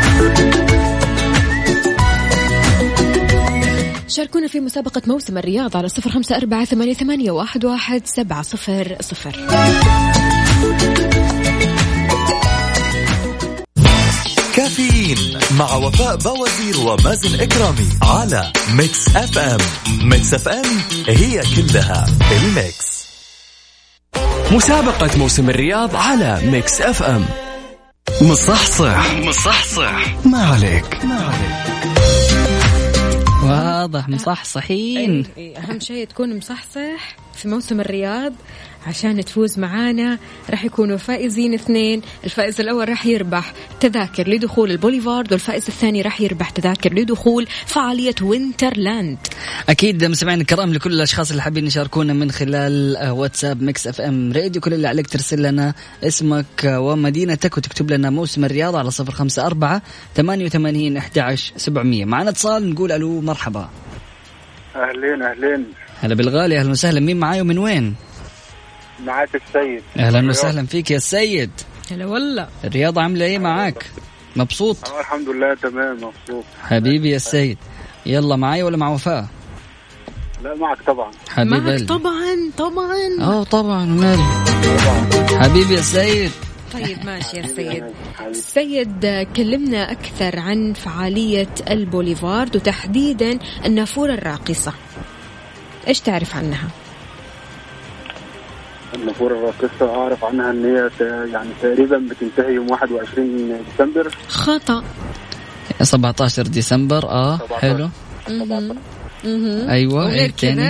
شاركونا في مسابقة موسم الرياض على 0548811700. كافيين مع وفاء بوازير ومازن إكرامي على ميكس اف ام. ميكس اف ام هي كلها الميكس. مسابقة موسم الرياض على ميكس اف ام. مصحصح ما عليك. واضح مصحصحين. أهم شيء تكون مصحصح في موسم الرياض عشان تفوز معانا. راح يكونوا فائزين 2. الفائز الأول راح يربح تذاكر لدخول البوليفارد، والفائز الثاني راح يربح تذاكر لدخول فعالية وينترلاند. أكيد مستمعين الكرام، لكل الأشخاص اللي حابين يشاركونا من خلال واتساب ميكس اف ام راديو، كل اللي عليك ترسل لنا اسمك ومدينتك وتكتب لنا موسم الرياض على 0548811700. معنا اتصال، نقول ألو مرحبا. أهلين. هلا بالغالي، أهلا وسهلا. مين معاي ومن وين؟ معاك السيد. أهلا وسهلا فيك يا السيد. هلا والله. الرياضة عاملة إيه معاك؟ مبسوط؟ الحمد لله تمام مبسوط حبيبي يا السيد. يلا معاي ولا مع وفاء؟ لا معك طبعا. معك طبعا. طبعا مالي حبيبي يا السيد. طيب ماشي يا سيد. سيد كلمنا أكثر عن فعالية البوليفارد وتحديدا النافورة الراقصة، إيش تعرف عنها؟ النافورة الراقصة أعرف عنها أن هي يعني تقريبا بتنتهي يوم 21 ديسمبر. خطأ. 17 ديسمبر. 17. حلو. أيوة. غير كذا.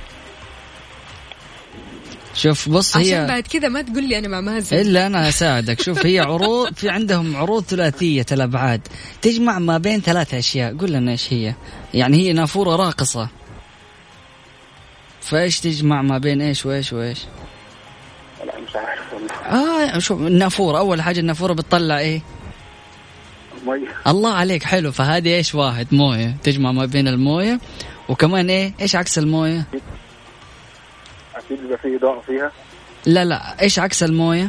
شوف بص، هي عشان بعد كذا ما تقول لي أنا مع مازن. إلا أنا أساعدك. شوف هي عروض، في عندهم عروض ثلاثية الأبعاد تجمع ما بين 3 أشياء. قول لنا إيش هي. يعني هي نافورة راقصة، فإيش تجمع ما بين إيش وإيش وإيش؟ لا مش عارف. شوف النافورة، أول حاجة النافورة بتطلع إيه؟ مية. الله عليك، حلو. فهذه إيش؟ واحد موية، تجمع ما بين الموية وكمان إيه؟ إيش عكس الموية؟ أكيد بيبقى فيه إضاءة فيها. لا إيش عكس الموية؟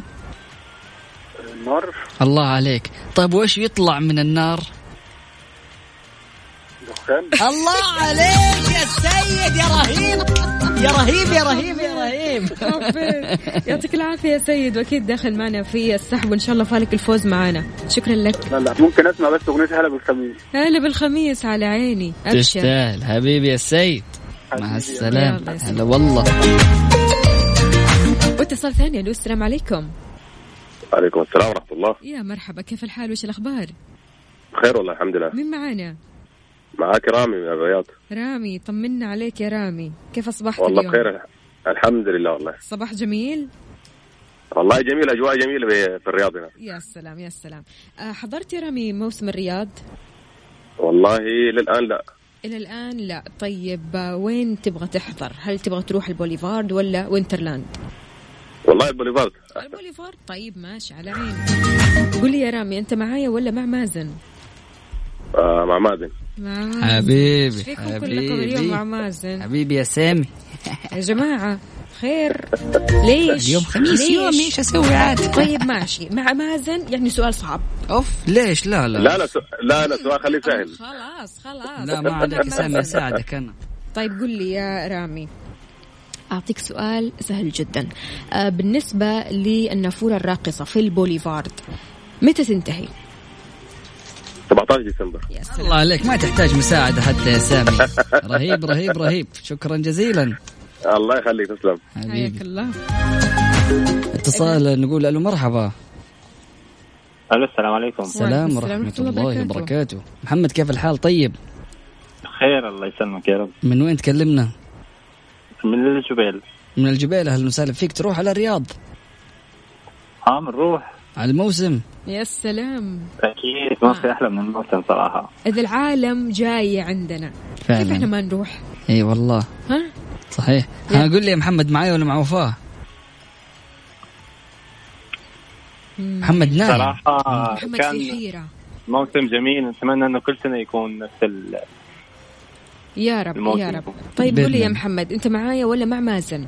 النار. الله عليك. طيب وإيش يطلع من النار؟ خان. الله عليك يا سيد، يا رهيب يا رهيب يا رهيب يا رهيب. يعطيك العافية يا سيد، وأكيد داخل معنا في السحب، وإن شاء الله فالك الفوز معنا. شكرا لك. لا ممكن أسمع بس أغنية هلا بالخميس. هلا بالخميس على عيني. تستاهل حبيبي يا سيد. مع السلامة. هلا والله. واتصال ثاني. ألو السلام عليكم. عليكم السلام ورحمة الله. يا مرحبا، كيف الحال وش الأخبار؟ بخير والله الحمد لله. مين معانا؟ معاك رامي من الرياض. رامي، طمنا عليك يا رامي، كيف أصبحت والله اليوم؟ بخير الحمد لله. والله صباح جميل. والله جميل، أجواء جميلة في الرياض هنا. يا سلام يا سلام. حضرت يا رامي موسم الرياض؟ والله للآن لا. إلى الآن لا. طيب وين تبغى تحضر؟ هل تبغى تروح البوليفارد ولا وينترلاند؟ والله البوليفارد. البوليفارد. طيب ماشي على عيني. قل لي يا رامي، أنت معايا ولا مع مازن؟ مع مازن. حبيبي اليوم مع مازن. حبيبي يا سامي. يا جماعة خير، ليش اليوم خميس؟ ليش؟ يوم ايش اسوي عادي. طيب ماشي مع مازن، يعني سؤال صعب. اوف ليش؟ لا سؤال خليه سهل. خلاص لا ما عليك سامي، اساعدك انا. طيب قل لي يا رامي، أعطيك سؤال سهل جدا. بالنسبة للنافورة الراقصة في البوليفارد متى تنتهي؟ 17 ديسمبر. الله عليك، ما تحتاج مساعدة حتى يا سامي. رهيب رهيب رهيب، شكرا جزيلا. الله يخليك، تسلم. حياك الله. اتصال نقول ألو مرحبا. ألو السلام عليكم. السلام ورحمة الله وبركاته. محمد كيف الحال؟ طيب خير الله يسلمك يا رب. من وين تكلمنا؟ من الجبيل. من الجبيل، أهلا وسهلا فيك. تروح على الرياض؟ بنروح على الموسم. يا سلام، أكيد ما في أحلى من الموسم صراحة. إذا العالم جاي عندنا فعلا. كيف إحنا ما نروح؟ إيه والله. ها صحيح. قول لي يا محمد، معايا ولا مع وفاء؟ محمد نايم صراحة. محمد كان في حيرة. موسم جميل، نتمنى أنه كل سنة يكون نفس يا رب الموسم. يا رب. طيب قول لي يا محمد، أنت معايا ولا مع مازن؟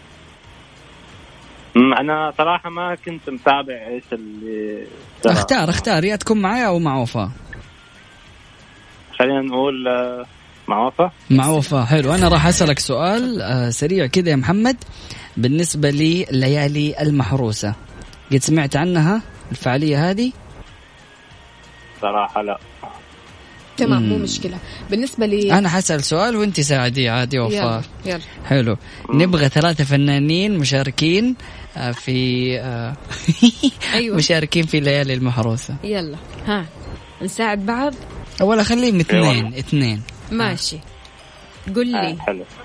أنا صراحة ما كنت متابع إيش اللي اختار يا تكون معايا أو مع وفاء. خلينا نقول مع وفاء. مع وفاء، حلو. أنا راح أسألك سؤال سريع كده يا محمد. بالنسبة لي ليالي المحروسة، قد سمعت عنها الفعالية هذه؟ صراحة لا. تمام مو مشكلة. بالنسبة لي أنا حسأل سؤال وانت ساعدي عادي وفاء. يلا. حلو. نبغى 3 فنانين مشاركين في أيوة. مشاركين في ليالي المحروسة. يلا ها نساعد بعض. ولا خليهم اثنين. ماشي. قل لي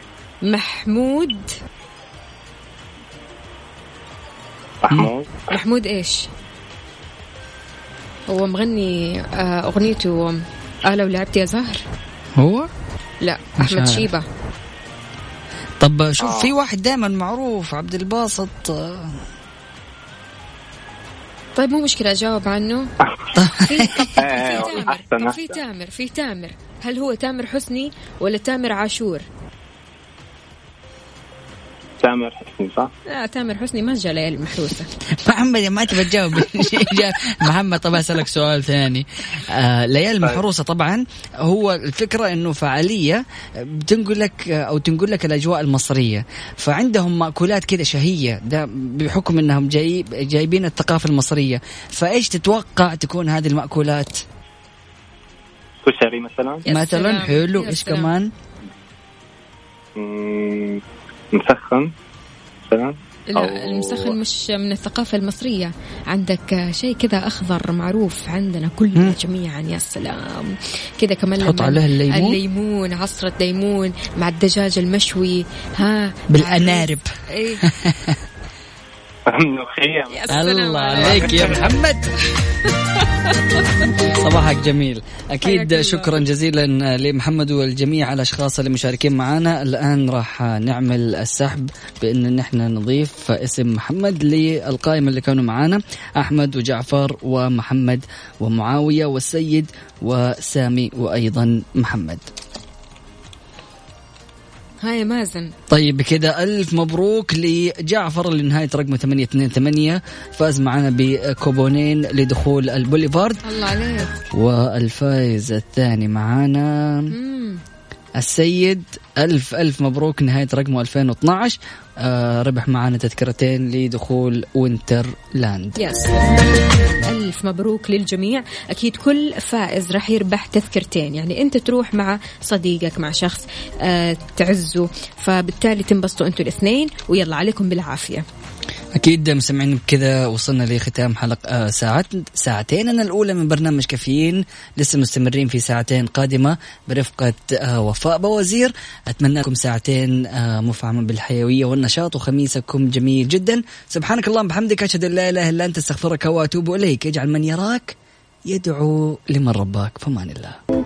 محمود إيش هو مغني أغنيته لو لعبت يا زهر؟ هو لا أحمد شيبة. طب شوف في واحد دائما معروف، عبد الباسط. طيب مو مشكلة أجاوب عنه. في تامر. هل هو تامر حسني ولا تامر عاشور؟ تامر حسني صح؟ لا تامر حسني ما جاء ليالي المحروسة. محمد ما تبى تجاوب. محمد طبعا أسألك سؤال ثاني. ليالي المحروسة طبعا هو الفكرة إنه فعالية بتنقل لك الأجواء المصرية، فعندهم مأكولات كده شهية، ده بحكم إنهم جايبين الثقافة المصرية. فإيش تتوقع تكون هذه المأكولات؟ كشري مثلا. حلو. إيش كمان؟ مسخن مثلا. لا المسخن مش من الثقافة المصرية. عندك شيء كذا أخضر معروف عندنا كلنا جميعا. يا سلام كذا كمان تحط عليه الليمون، عصرة ليمون مع الدجاج المشوي بالأنارب. إيه. الله عليك يا محمد. صباحك جميل. أكيد شكرا جزيلا لمحمد والجميع الأشخاص اللي مشاركين معنا. الآن راح نعمل السحب بأن نحن نضيف اسم محمد للقائمة اللي كانوا معنا: أحمد وجعفر ومحمد ومعاوية والسيد وسامي وأيضا محمد. هاي مازن. طيب كده ألف مبروك لجعفر اللي نهاية رقمه 828 فاز معنا بكوبونين لدخول البوليفارد. الله عليك. والفائز الثاني معنا السيد ألف مبروك، نهاية رقمه 2012. ربح معنا تذكرتين لدخول وينترلاند. يس، ألف مبروك للجميع. أكيد كل فائز رح يربح تذكرتين، يعني أنت تروح مع صديقك، مع شخص تعزه، فبالتالي تنبسطوا أنتوا الاثنين ويلا عليكم بالعافية. أكيد مستمعين، بكذا وصلنا لختام حلقة ساعتين الأولى من برنامج كافيين. لسه مستمرين في ساعتين قادمة برفقة وفاء بوزير. أتمنى لكم ساعتين مفعمة بالحيوية والنشاط، وخميسكم جميل جدا. سبحانك اللهم بحمدك، أشهد أن لا إله إلا أنت، استغفرك وأتوب إليك. يجعل من يراك يدعو لمن رباك. فمان الله.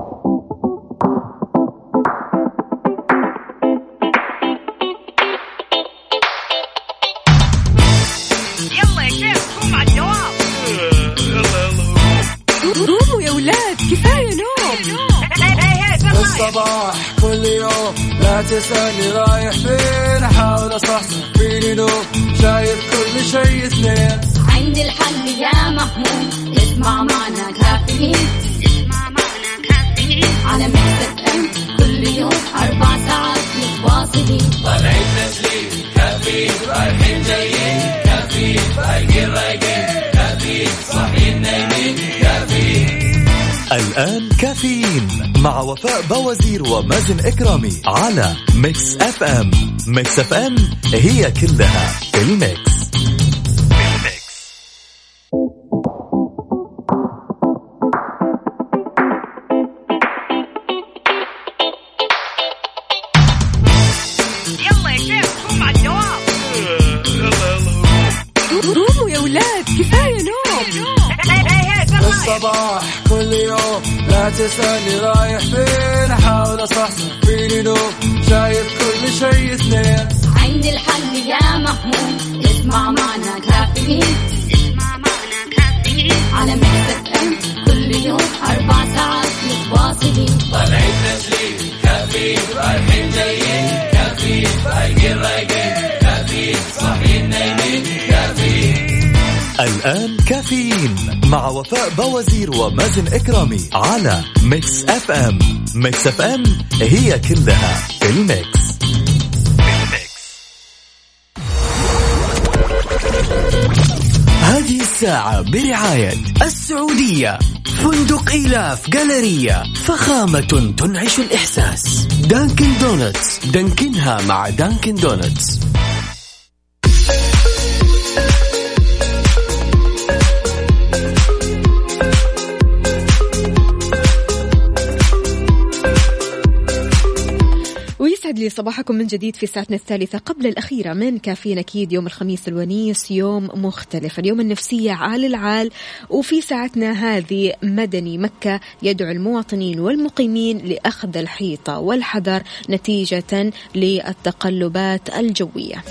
قوموا يا ولاد، كفاية نوم. الصباح كل يوم لا تسألني رايح فين، أحاول أصحصح فيني نوم، شايف كل شيء اثنين. عندي الحل يا محمود، اسمع معنا كافيين، اسمع معنا كافيين على ميكس اف ام. كل يوم 4 ساعات متواصلين، طالعين تسليم كافيين، رايحين جايين كافيين، فايقين رايقين كافيين، صاحيين نايمين كافيين. الآن كافيين مع وفاء بوزير ومازن إكرامي على ميكس اف ام. ميكس اف ام هي كلها في الميكس. يلا يا شيخ قوم على الدوام. قوموا يا ولاد، كفاية نوم. الصباح كل يوم لا تسألني رايح فين، أحاول أصحصح فيني نوم، شايف كل شيء اثنين. عندي الحل يا محمود، اسمع معنا كافيين، اسمع معنا كافيين على ميكس اف ام. كل يوم 4 ساعات متواصلين، طالعين تسليم كافيين، رايحين جايين كافيين، فايقين رايقين كافيين، صاحيين نايمين كافيين. الآن كافيين مع وفاء بوزير ومازن إكرامي على ميكس اف ام. ميكس اف ام هي كلها في الميكس. هذه الساعة برعاية السعودية، فندق إيلاف جاليريا، فخامة تنعش الإحساس. دانكن دونتس، دانكنها مع دانكن دونتس. ويسعد لي صباحكم من جديد في ساعتنا الثالثة قبل الأخيرة من كافيين. أكيد يوم الخميس الونيس يوم مختلف، اليوم النفسية عال العال. وفي ساعتنا هذه مدني مكة يدعو المواطنين والمقيمين لأخذ الحيطة والحذر نتيجة للتقلبات الجوية.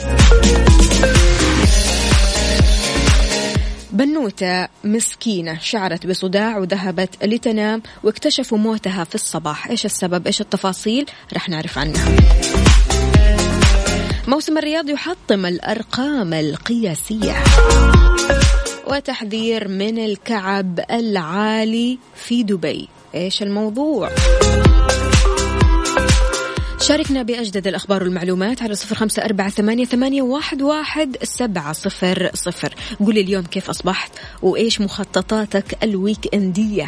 بنوتة مسكينة شعرت بصداع وذهبت لتنام واكتشفوا موتها في الصباح. إيش السبب؟ إيش التفاصيل؟ رح نعرف عنها. موسم الرياض يحطم الأرقام القياسية، وتحذير من الكعب العالي في دبي. إيش الموضوع؟ شاركنا بأجدد الأخبار والمعلومات على 0548811700. قولي اليوم كيف أصبحت وإيش مخططاتك الويك إندية.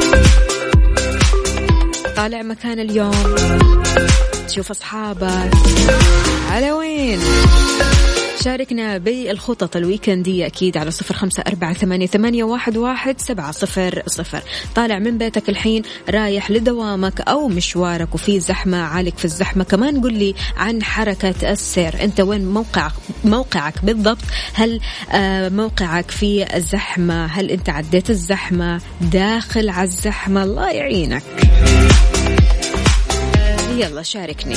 طالع مكان اليوم، تشوف أصحابك على وين. شاركنا بالخطط الويكندية أكيد على 0548811700. طالع من بيتك الحين رايح لدوامك أو مشوارك وفي زحمة، عالق في الزحمة. كمان قل لي عن حركة السير، أنت وين موقعك بالضبط؟ هل موقعك في الزحمة؟ هل أنت عديت الزحمة؟ داخل على الزحمة؟ الله يعينك. يلا شاركني.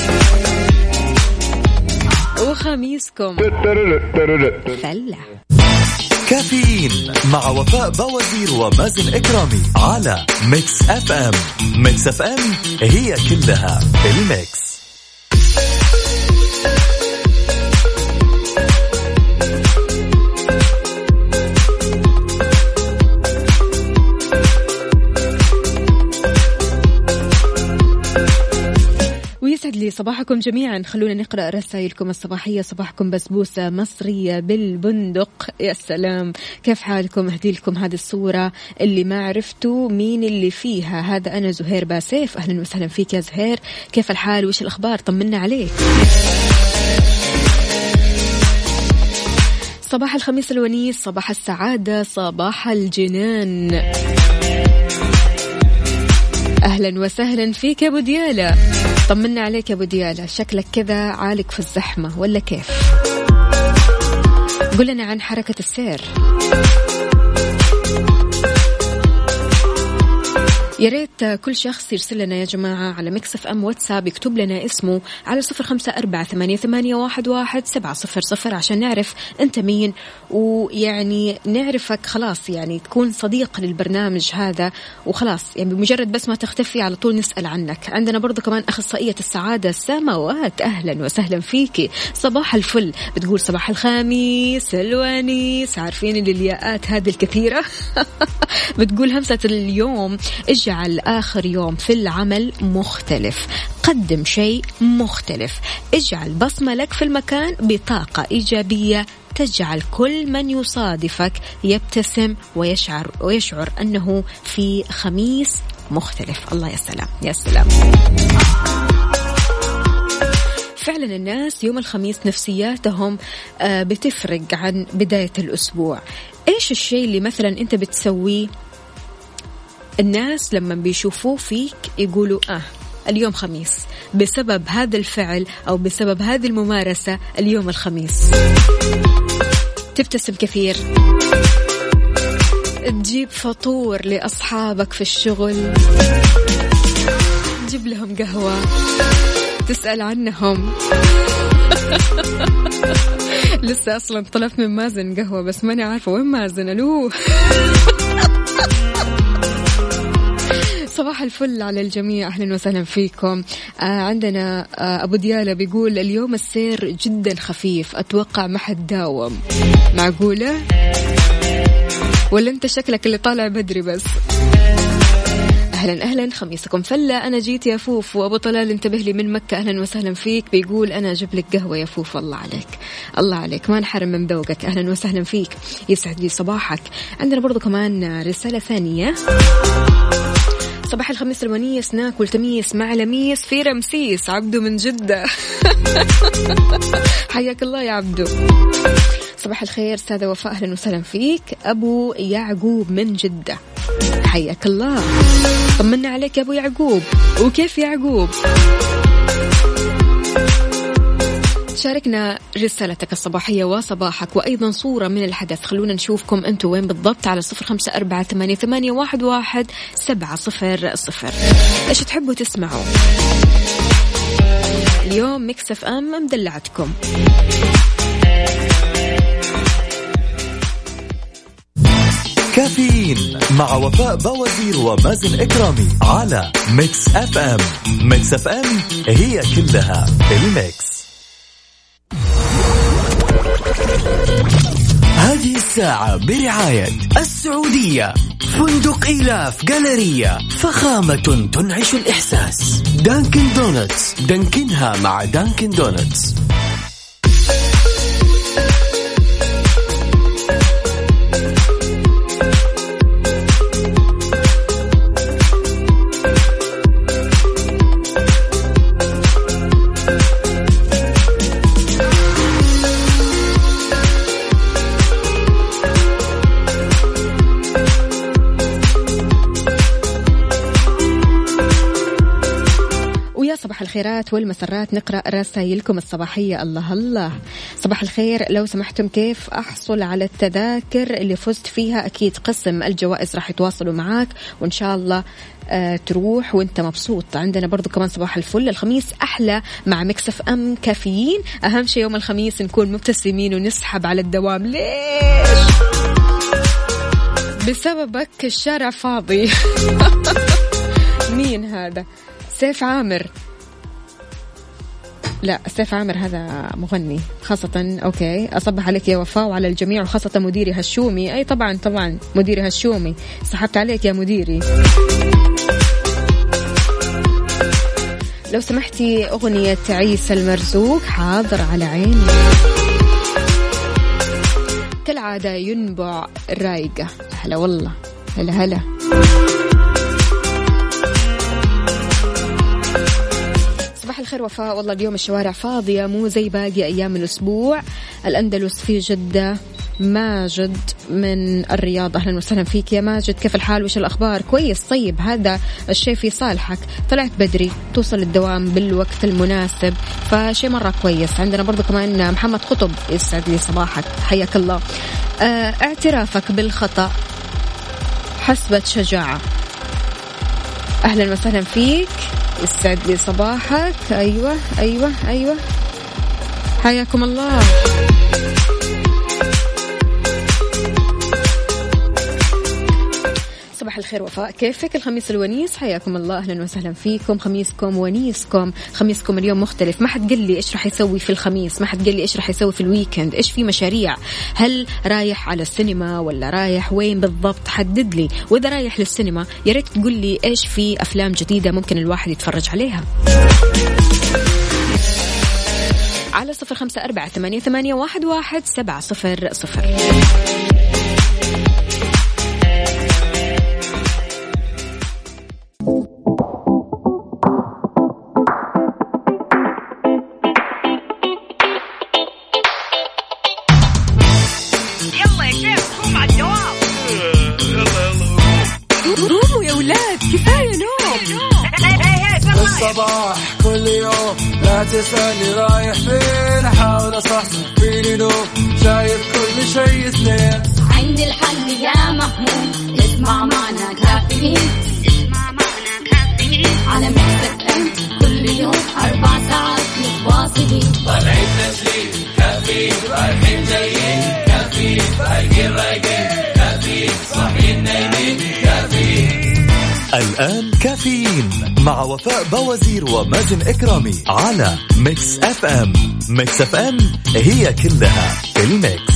وخميسكم فلة. كافيين مع وفاء بوزير ومازن إكرامي على ميكس اف ام. ميكس اف ام هي كلها في الميكس. لي صباحكم جميعا. خلونا نقرأ رسائلكم الصباحية. صباحكم بسبوسة مصرية بالبندق. يا سلام، كيف حالكم؟ أهدي لكم هذه الصورة اللي ما عرفتوا مين اللي فيها. هذا أنا زهير باسيف. أهلا وسهلا فيك يا زهير، كيف الحال وإيش الأخبار؟ طمنا عليك. صباح الخميس الونيس، صباح السعادة، صباح الجنان. أهلا وسهلا فيك يا أبو ديالة. طمنا عليك يا أبو ديالة، شكلك كذا عالق في الزحمة ولا كيف؟ قل لنا عن حركة السير. يا ريت كل شخص يرسل لنا يا جماعة على ميكس اف ام واتساب، يكتب لنا اسمه على 0548811700 عشان نعرف انت مين، ويعني نعرفك خلاص، يعني تكون صديق للبرنامج هذا وخلاص، يعني بمجرد بس ما تختفي على طول نسأل عنك. عندنا برضو كمان أخصائية السعادة سماوات، أهلا وسهلا فيكي، صباح الفل. بتقول صباح الخميس الونيس، عارفين الياءات هذه الكثيرة. بتقول همسة اليوم: اجعل آخر يوم في العمل مختلف، قدم شيء مختلف، اجعل بصمة لك في المكان بطاقة إيجابية تجعل كل من يصادفك يبتسم ويشعر أنه في خميس مختلف. الله يا سلام يا سلام. فعلا الناس يوم الخميس نفسياتهم بتفرق عن بداية الأسبوع. إيش الشيء اللي مثلا أنت بتسويه الناس لما بيشوفوه فيك يقولوا اليوم خميس، بسبب هذا الفعل أو بسبب هذه الممارسة اليوم الخميس؟ تبتسم كثير، تجيب فطور لأصحابك في الشغل، تجيب لهم قهوة، تسأل عنهم. لسه أصلا طلبت من مازن قهوة بس ماني عارفة وين مازن. ألو. صباح الفل على الجميع، أهلا وسهلا فيكم. عندنا أبو ديالة بيقول اليوم السير جدا خفيف، أتوقع ما حد داوم. معقولة؟ ولا أنت شكلك اللي طالع بدري بس؟ أهلا أهلا، خميسكم فلة. أنا جيت يا فوف. وأبو طلال انتبه لي من مكة، أهلا وسهلا فيك. بيقول أنا أجيب لك قهوة يا فوف. الله عليك الله عليك، ما نحرم من ذوقك. أهلا وسهلا فيك، يسعد لي صباحك. عندنا برضو كمان رسالة ثانية: صباح الخميس الونيس، ناكل تميس مع لميس في رمسيس. عبدو من جدة. حياك الله يا عبدو. صباح الخير سادة وفاء، أهلا وسهلا فيك. أبو يعقوب من جدة، حياك الله. طمنا عليك يا أبو يعقوب، وكيف يعقوب؟ شاركنا رسالتك الصباحية وصباحك، وأيضا صورة من الحدث. خلونا نشوفكم أنتوا وين بالضبط على 0548811700. إيش تحبوا تسمعوا اليوم؟ ميكس اف ام مدلعتكم. كافيين مع وفاء بوازير ومازن إكرامي على ميكس اف ام. ميكس اف ام هي كلها الميكس. هذه الساعة برعاية السعودية، فندق إيلاف جالرية، فخامة تنعش الإحساس، دانكن دونتس، دانكنها مع دانكن دونتس. صباح الخيرات والمسرات، نقرأ رسائلكم الصباحية. الله الله، صباح الخير. لو سمحتم كيف أحصل على التذاكر اللي فزت فيها؟ أكيد قسم الجوائز راح يتواصلوا معاك وإن شاء الله تروح وانت مبسوط. عندنا برضو كمان صباح الفل، الخميس أحلى مع ميكس اف ام كافيين. أهم شيء يوم الخميس نكون مبتسمين ونسحب على الدوام. ليش؟ بسببك الشارع فاضي. مين هذا؟ سيف عامر؟ لا، سيف عامر هذا مغني خاصة. أوكي، أصبح عليك يا وفاء وعلى الجميع، وخاصة مديري هشومي. أي طبعا طبعا مديري هشومي، سحبت عليك يا مديري. لو سمحتي أغنية عيسى المرزوق. حاضر على عيني. كالعادة ينبع الرايقة. هلا والله، هلا هلا. صباح الخير وفاء. والله اليوم الشوارع فاضية مو زي باقي أيام الأسبوع. الأندلس في جدة. ماجد من الرياض، أهلا وسهلا فيك يا ماجد، كيف الحال وش الأخبار؟ كويس. طيب هذا الشيء في صالحك، طلعت بدري توصل الدوام بالوقت المناسب، فشيء مرة كويس. عندنا برضو كمان محمد خطب، يسعد لي صباحك، حياك الله. اعترافك بالخطأ حسبة شجاعة، أهلا وسهلا فيك، يسعد لي صباحك. أيوة أيوة أيوة، حياكم الله. صباح الخير وفاء، كيفك؟ الخميس الونيس، حياكم الله، أهلا وسهلا فيكم. خميسكم ونيسكم. خميسكم اليوم مختلف، ما حد قال لي إيش رح يسوي في الخميس، ما حد قال لي إيش رح يسوي في الويكند، إيش في مشاريع، هل رايح على السينما ولا رايح وين بالضبط؟ حدد لي. وإذا رايح للسينما يا ريت تقول لي إيش في أفلام جديدة ممكن الواحد يتفرج عليها على 0548811700. الصباح كل يوم لا تسألني رايح فين، أحاول أصحصح فيني نوم، شايف كل شيء سنين. عندي الحل يا محمود، اسمع معنا كافيين، اسمع معنا كافيين على ميكس اف ام، كل يوم 4 ساعات متواصلين. طالعين تسليم كافيين، رايحين جايين كافيين، فايقين رايقين كافيين، صاحيين نايمين كافيين. الآن كافيين مع وفاء بوازير ومازن إكرامي على ميكس اف ام. ميكس اف ام هي كلها في الميكس.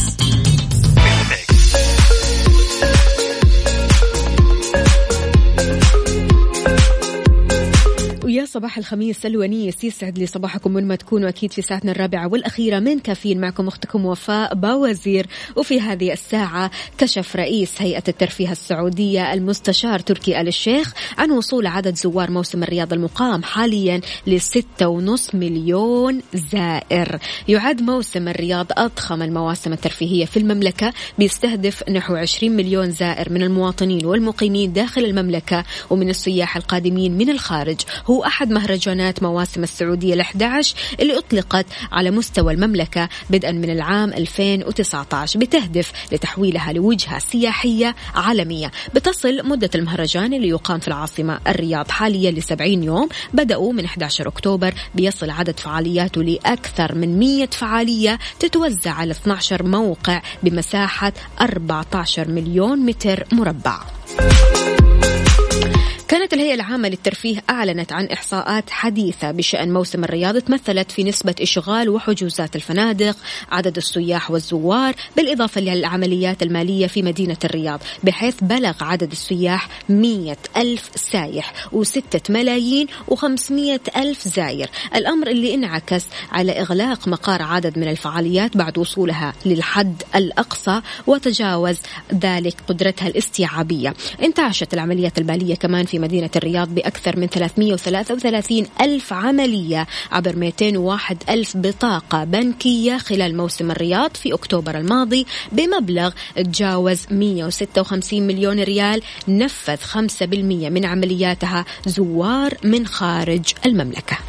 ويا صباح الخميس الونيس، يسعد لي صباحكم وين ما تكونوا. أكيد في ساعتنا الرابعة والأخيرة من كافيين، معكم أختكم وفاء باوزير. وفي هذه الساعة كشف رئيس هيئة الترفيه السعودية المستشار تركي آل الشيخ عن وصول عدد زوار موسم الرياض المقام حاليا ل6.5 مليون زائر. يعد موسم الرياض أضخم المواسم الترفيهية في المملكة، بيستهدف نحو 20 مليون زائر من المواطنين والمقيمين داخل المملكة ومن السياح القادمين من الخارج. هو أحد مهرجانات مواسم السعودية ال11 اللي أطلقت على مستوى المملكة بدءا من العام 2019، بتهدف لتحويلها لوجهة سياحية عالمية. بتصل مدة المهرجان اللي يقام في العاصمة الرياض حاليا ل70 يوم، بدأوا من 11 أكتوبر. بيصل عدد فعالياته لأكثر من 100 فعالية تتوزع على 12 موقع بمساحة 14 مليون متر مربع. كانت الهيئة العامة للترفيه أعلنت عن إحصاءات حديثة بشأن موسم الرياض، تمثلت في نسبة إشغال وحجوزات الفنادق، عدد السياح والزوار، بالإضافة للعمليات المالية في مدينة الرياض، بحيث بلغ عدد السياح 100,000 سايح و6,500,000 زائر. الأمر اللي انعكس على إغلاق مقار عدد من الفعاليات بعد وصولها للحد الأقصى وتجاوز ذلك قدرتها الاستيعابية. انتعشت العمليات المالية كمان في مدينة الرياض بأكثر من 333,000 عملية عبر 201,000 بطاقة بنكية خلال موسم الرياض في أكتوبر الماضي بمبلغ تجاوز 156 مليون ريال. نفذ 5% من عملياتها زوار من خارج المملكة.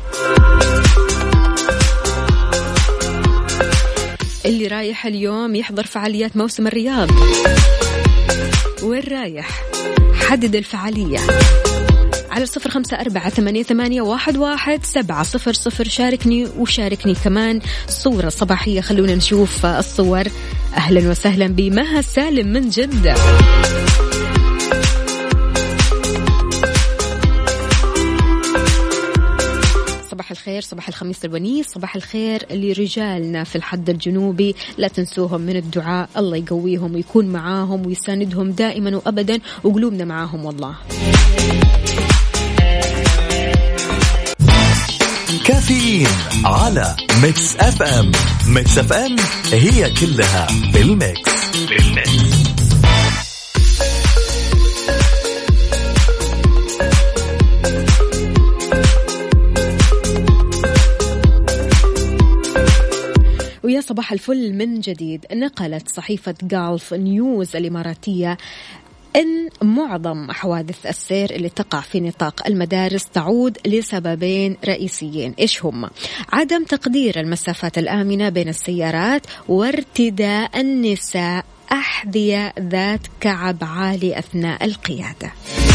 اللي رايح اليوم يحضر فعاليات موسم الرياض، وين رايح؟ حدد الفعالية على 0548811700. شاركني وشاركني كمان صورة صباحية، خلونا نشوف الصور. أهلا وسهلا بمها سالم من جدة. صباح الخير، صباح الخميس الونيس، صباح الخير لرجالنا في الحد الجنوبي، لا تنسوهم من الدعاء، الله يقويهم ويكون معاهم ويساندهم دائما وأبدا، وقلوبنا معاهم والله. كافيين على ميكس اف ام. ميكس اف ام هي كلها بالميكس. ويا صباح الفل من جديد. نقلت صحيفة غالف نيوز الإماراتية إن معظم حوادث السير اللي تقع في نطاق المدارس تعود لسببين رئيسيين. إيش هم؟ عدم تقدير المسافات الآمنة بين السيارات، وارتداء النساء أحذية ذات كعب عالي أثناء القيادة.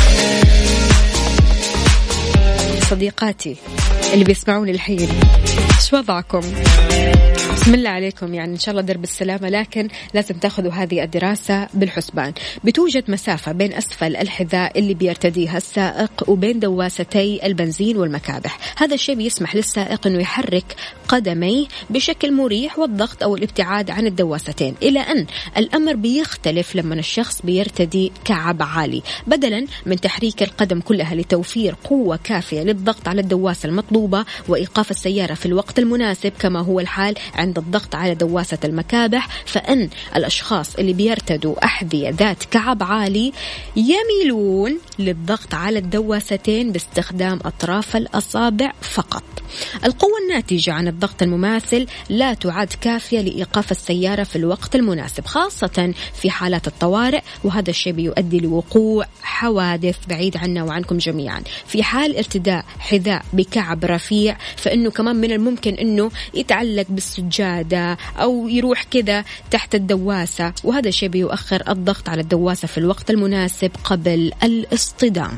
صديقاتي اللي بيسمعوني الحين، إيش وضعكم؟ بسم الله عليكم، يعني إن شاء الله درب السلامة، لكن لازم تأخذوا هذه الدراسة بالحسبان. بتوجد مسافة بين أسفل الحذاء اللي بيرتديها السائق وبين دواستي البنزين والمكابح. هذا الشيء بيسمح للسائق أنه يحرك قدميه بشكل مريح والضغط أو الابتعاد عن الدواستين، إلى أن الأمر بيختلف لما الشخص بيرتدي كعب عالي. بدلا من تحريك القدم كلها لتوفير قوة كافية للضغط على الدواسة المطلوبة وإيقاف السيارة في الوقت المناسب كما هو الحال عند الضغط على دواسة المكابح، فإن الأشخاص اللي بيرتدوا أحذية ذات كعب عالي يميلون للضغط على الدواستين باستخدام أطراف الأصابع فقط. القوة الناتجة عن الضغط المماثل لا تعد كافية لإيقاف السيارة في الوقت المناسب، خاصة في حالات الطوارئ، وهذا الشيء بيؤدي لوقوع حوادث بعيد عنا وعنكم جميعا. في حال ارتداء حذاء بكعب رفيع، فإنه كمان من الممكن إنه يتعلق بالسجادة أو يروح كذا تحت الدواسة، وهذا الشيء بيؤخر الضغط على الدواسة في الوقت المناسب قبل الاصطدام.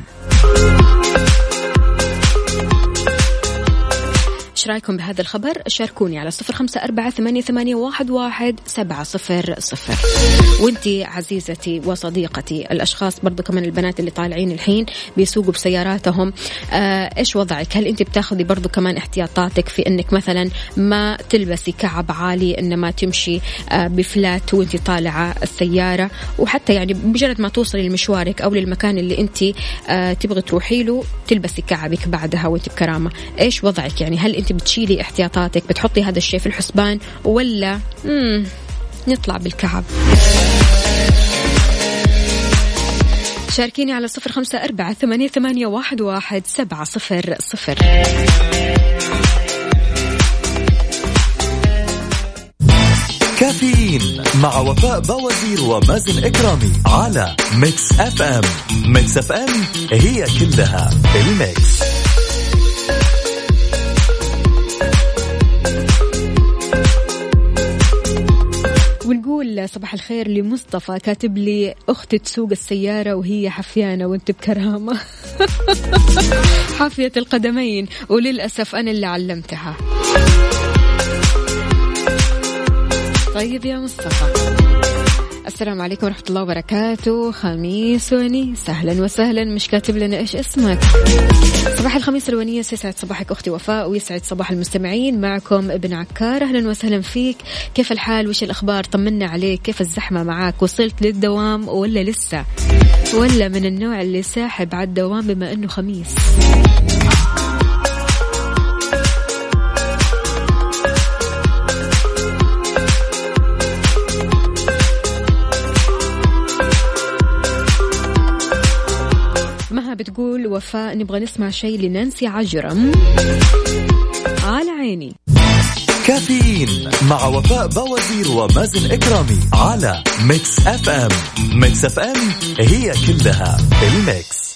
ايش رايكم بهذا الخبر؟ شاركوني على 0548811700. وانتي عزيزتي وصديقتي، الاشخاص برضو كمان البنات اللي طالعين الحين بيسوقوا بسياراتهم، ايش وضعك؟ هل انت بتاخذي برضو كمان احتياطاتك في انك مثلا ما تلبسي كعب عالي، انما تمشي بفلات وانتي طالعة السيارة، وحتى يعني بمجرد ما توصلي لمشوارك او للمكان اللي انتي تبغي تروحي له تلبسي كعبك بعدها وانتي بكرامة. ايش وضعك؟ يعني هل انت بتشيلي احتياطاتك، بتحطي هذا الشيء في الحسبان، ولا نطلع بالكعب؟ شاركيني على 0548811700. كافيين مع وفاء بوازير ومازن إكرامي على ميكس اف ام. ميكس اف ام هي كلها بالميكس. ونقول صباح الخير لمصطفى، كاتب لي أختي تسوق السيارة وهي حفيانة وانت بكرامة. حافية القدمين، وللأسف أنا اللي علمتها. طيب يا مصطفى، السلام عليكم ورحمة الله وبركاته. خميس ونيس، أهلا وسهلا. مش كاتب لنا إيش اسمك؟ صباح الخميس الونيس، يسعد صباحك أختي وفاء، ويسعد صباح المستمعين. معكم ابن عكار، أهلا وسهلا فيك. كيف الحال؟ وش الأخبار؟ طمنا عليك. كيف الزحمة معاك؟ وصلت للدوام ولا لسه؟ ولا من النوع اللي ساحب على الدوام بما أنه خميس؟ بتقول وفاء نبغى نسمع شيء لنانسي عجرم. على عيني. كافيين مع وفاء بوازير ومازن إكرامي على ميكس اف ام. ميكس اف ام هي كلها بالميكس.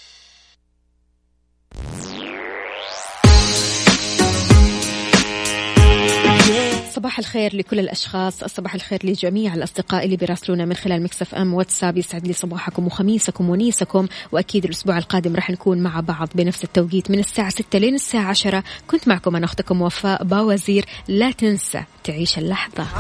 صباح الخير لكل الأشخاص، صباح الخير لجميع الأصدقاء اللي بيراسلونا من خلال ميكس اف ام واتساب. يسعد لي صباحكم وخميسكم ونيسكم، وأكيد الأسبوع القادم راح نكون مع بعض بنفس التوقيت من الساعة 6 لين الساعة 10. كنت معكم أنا أختكم وفاء باوزير. لا تنسى تعيش اللحظة.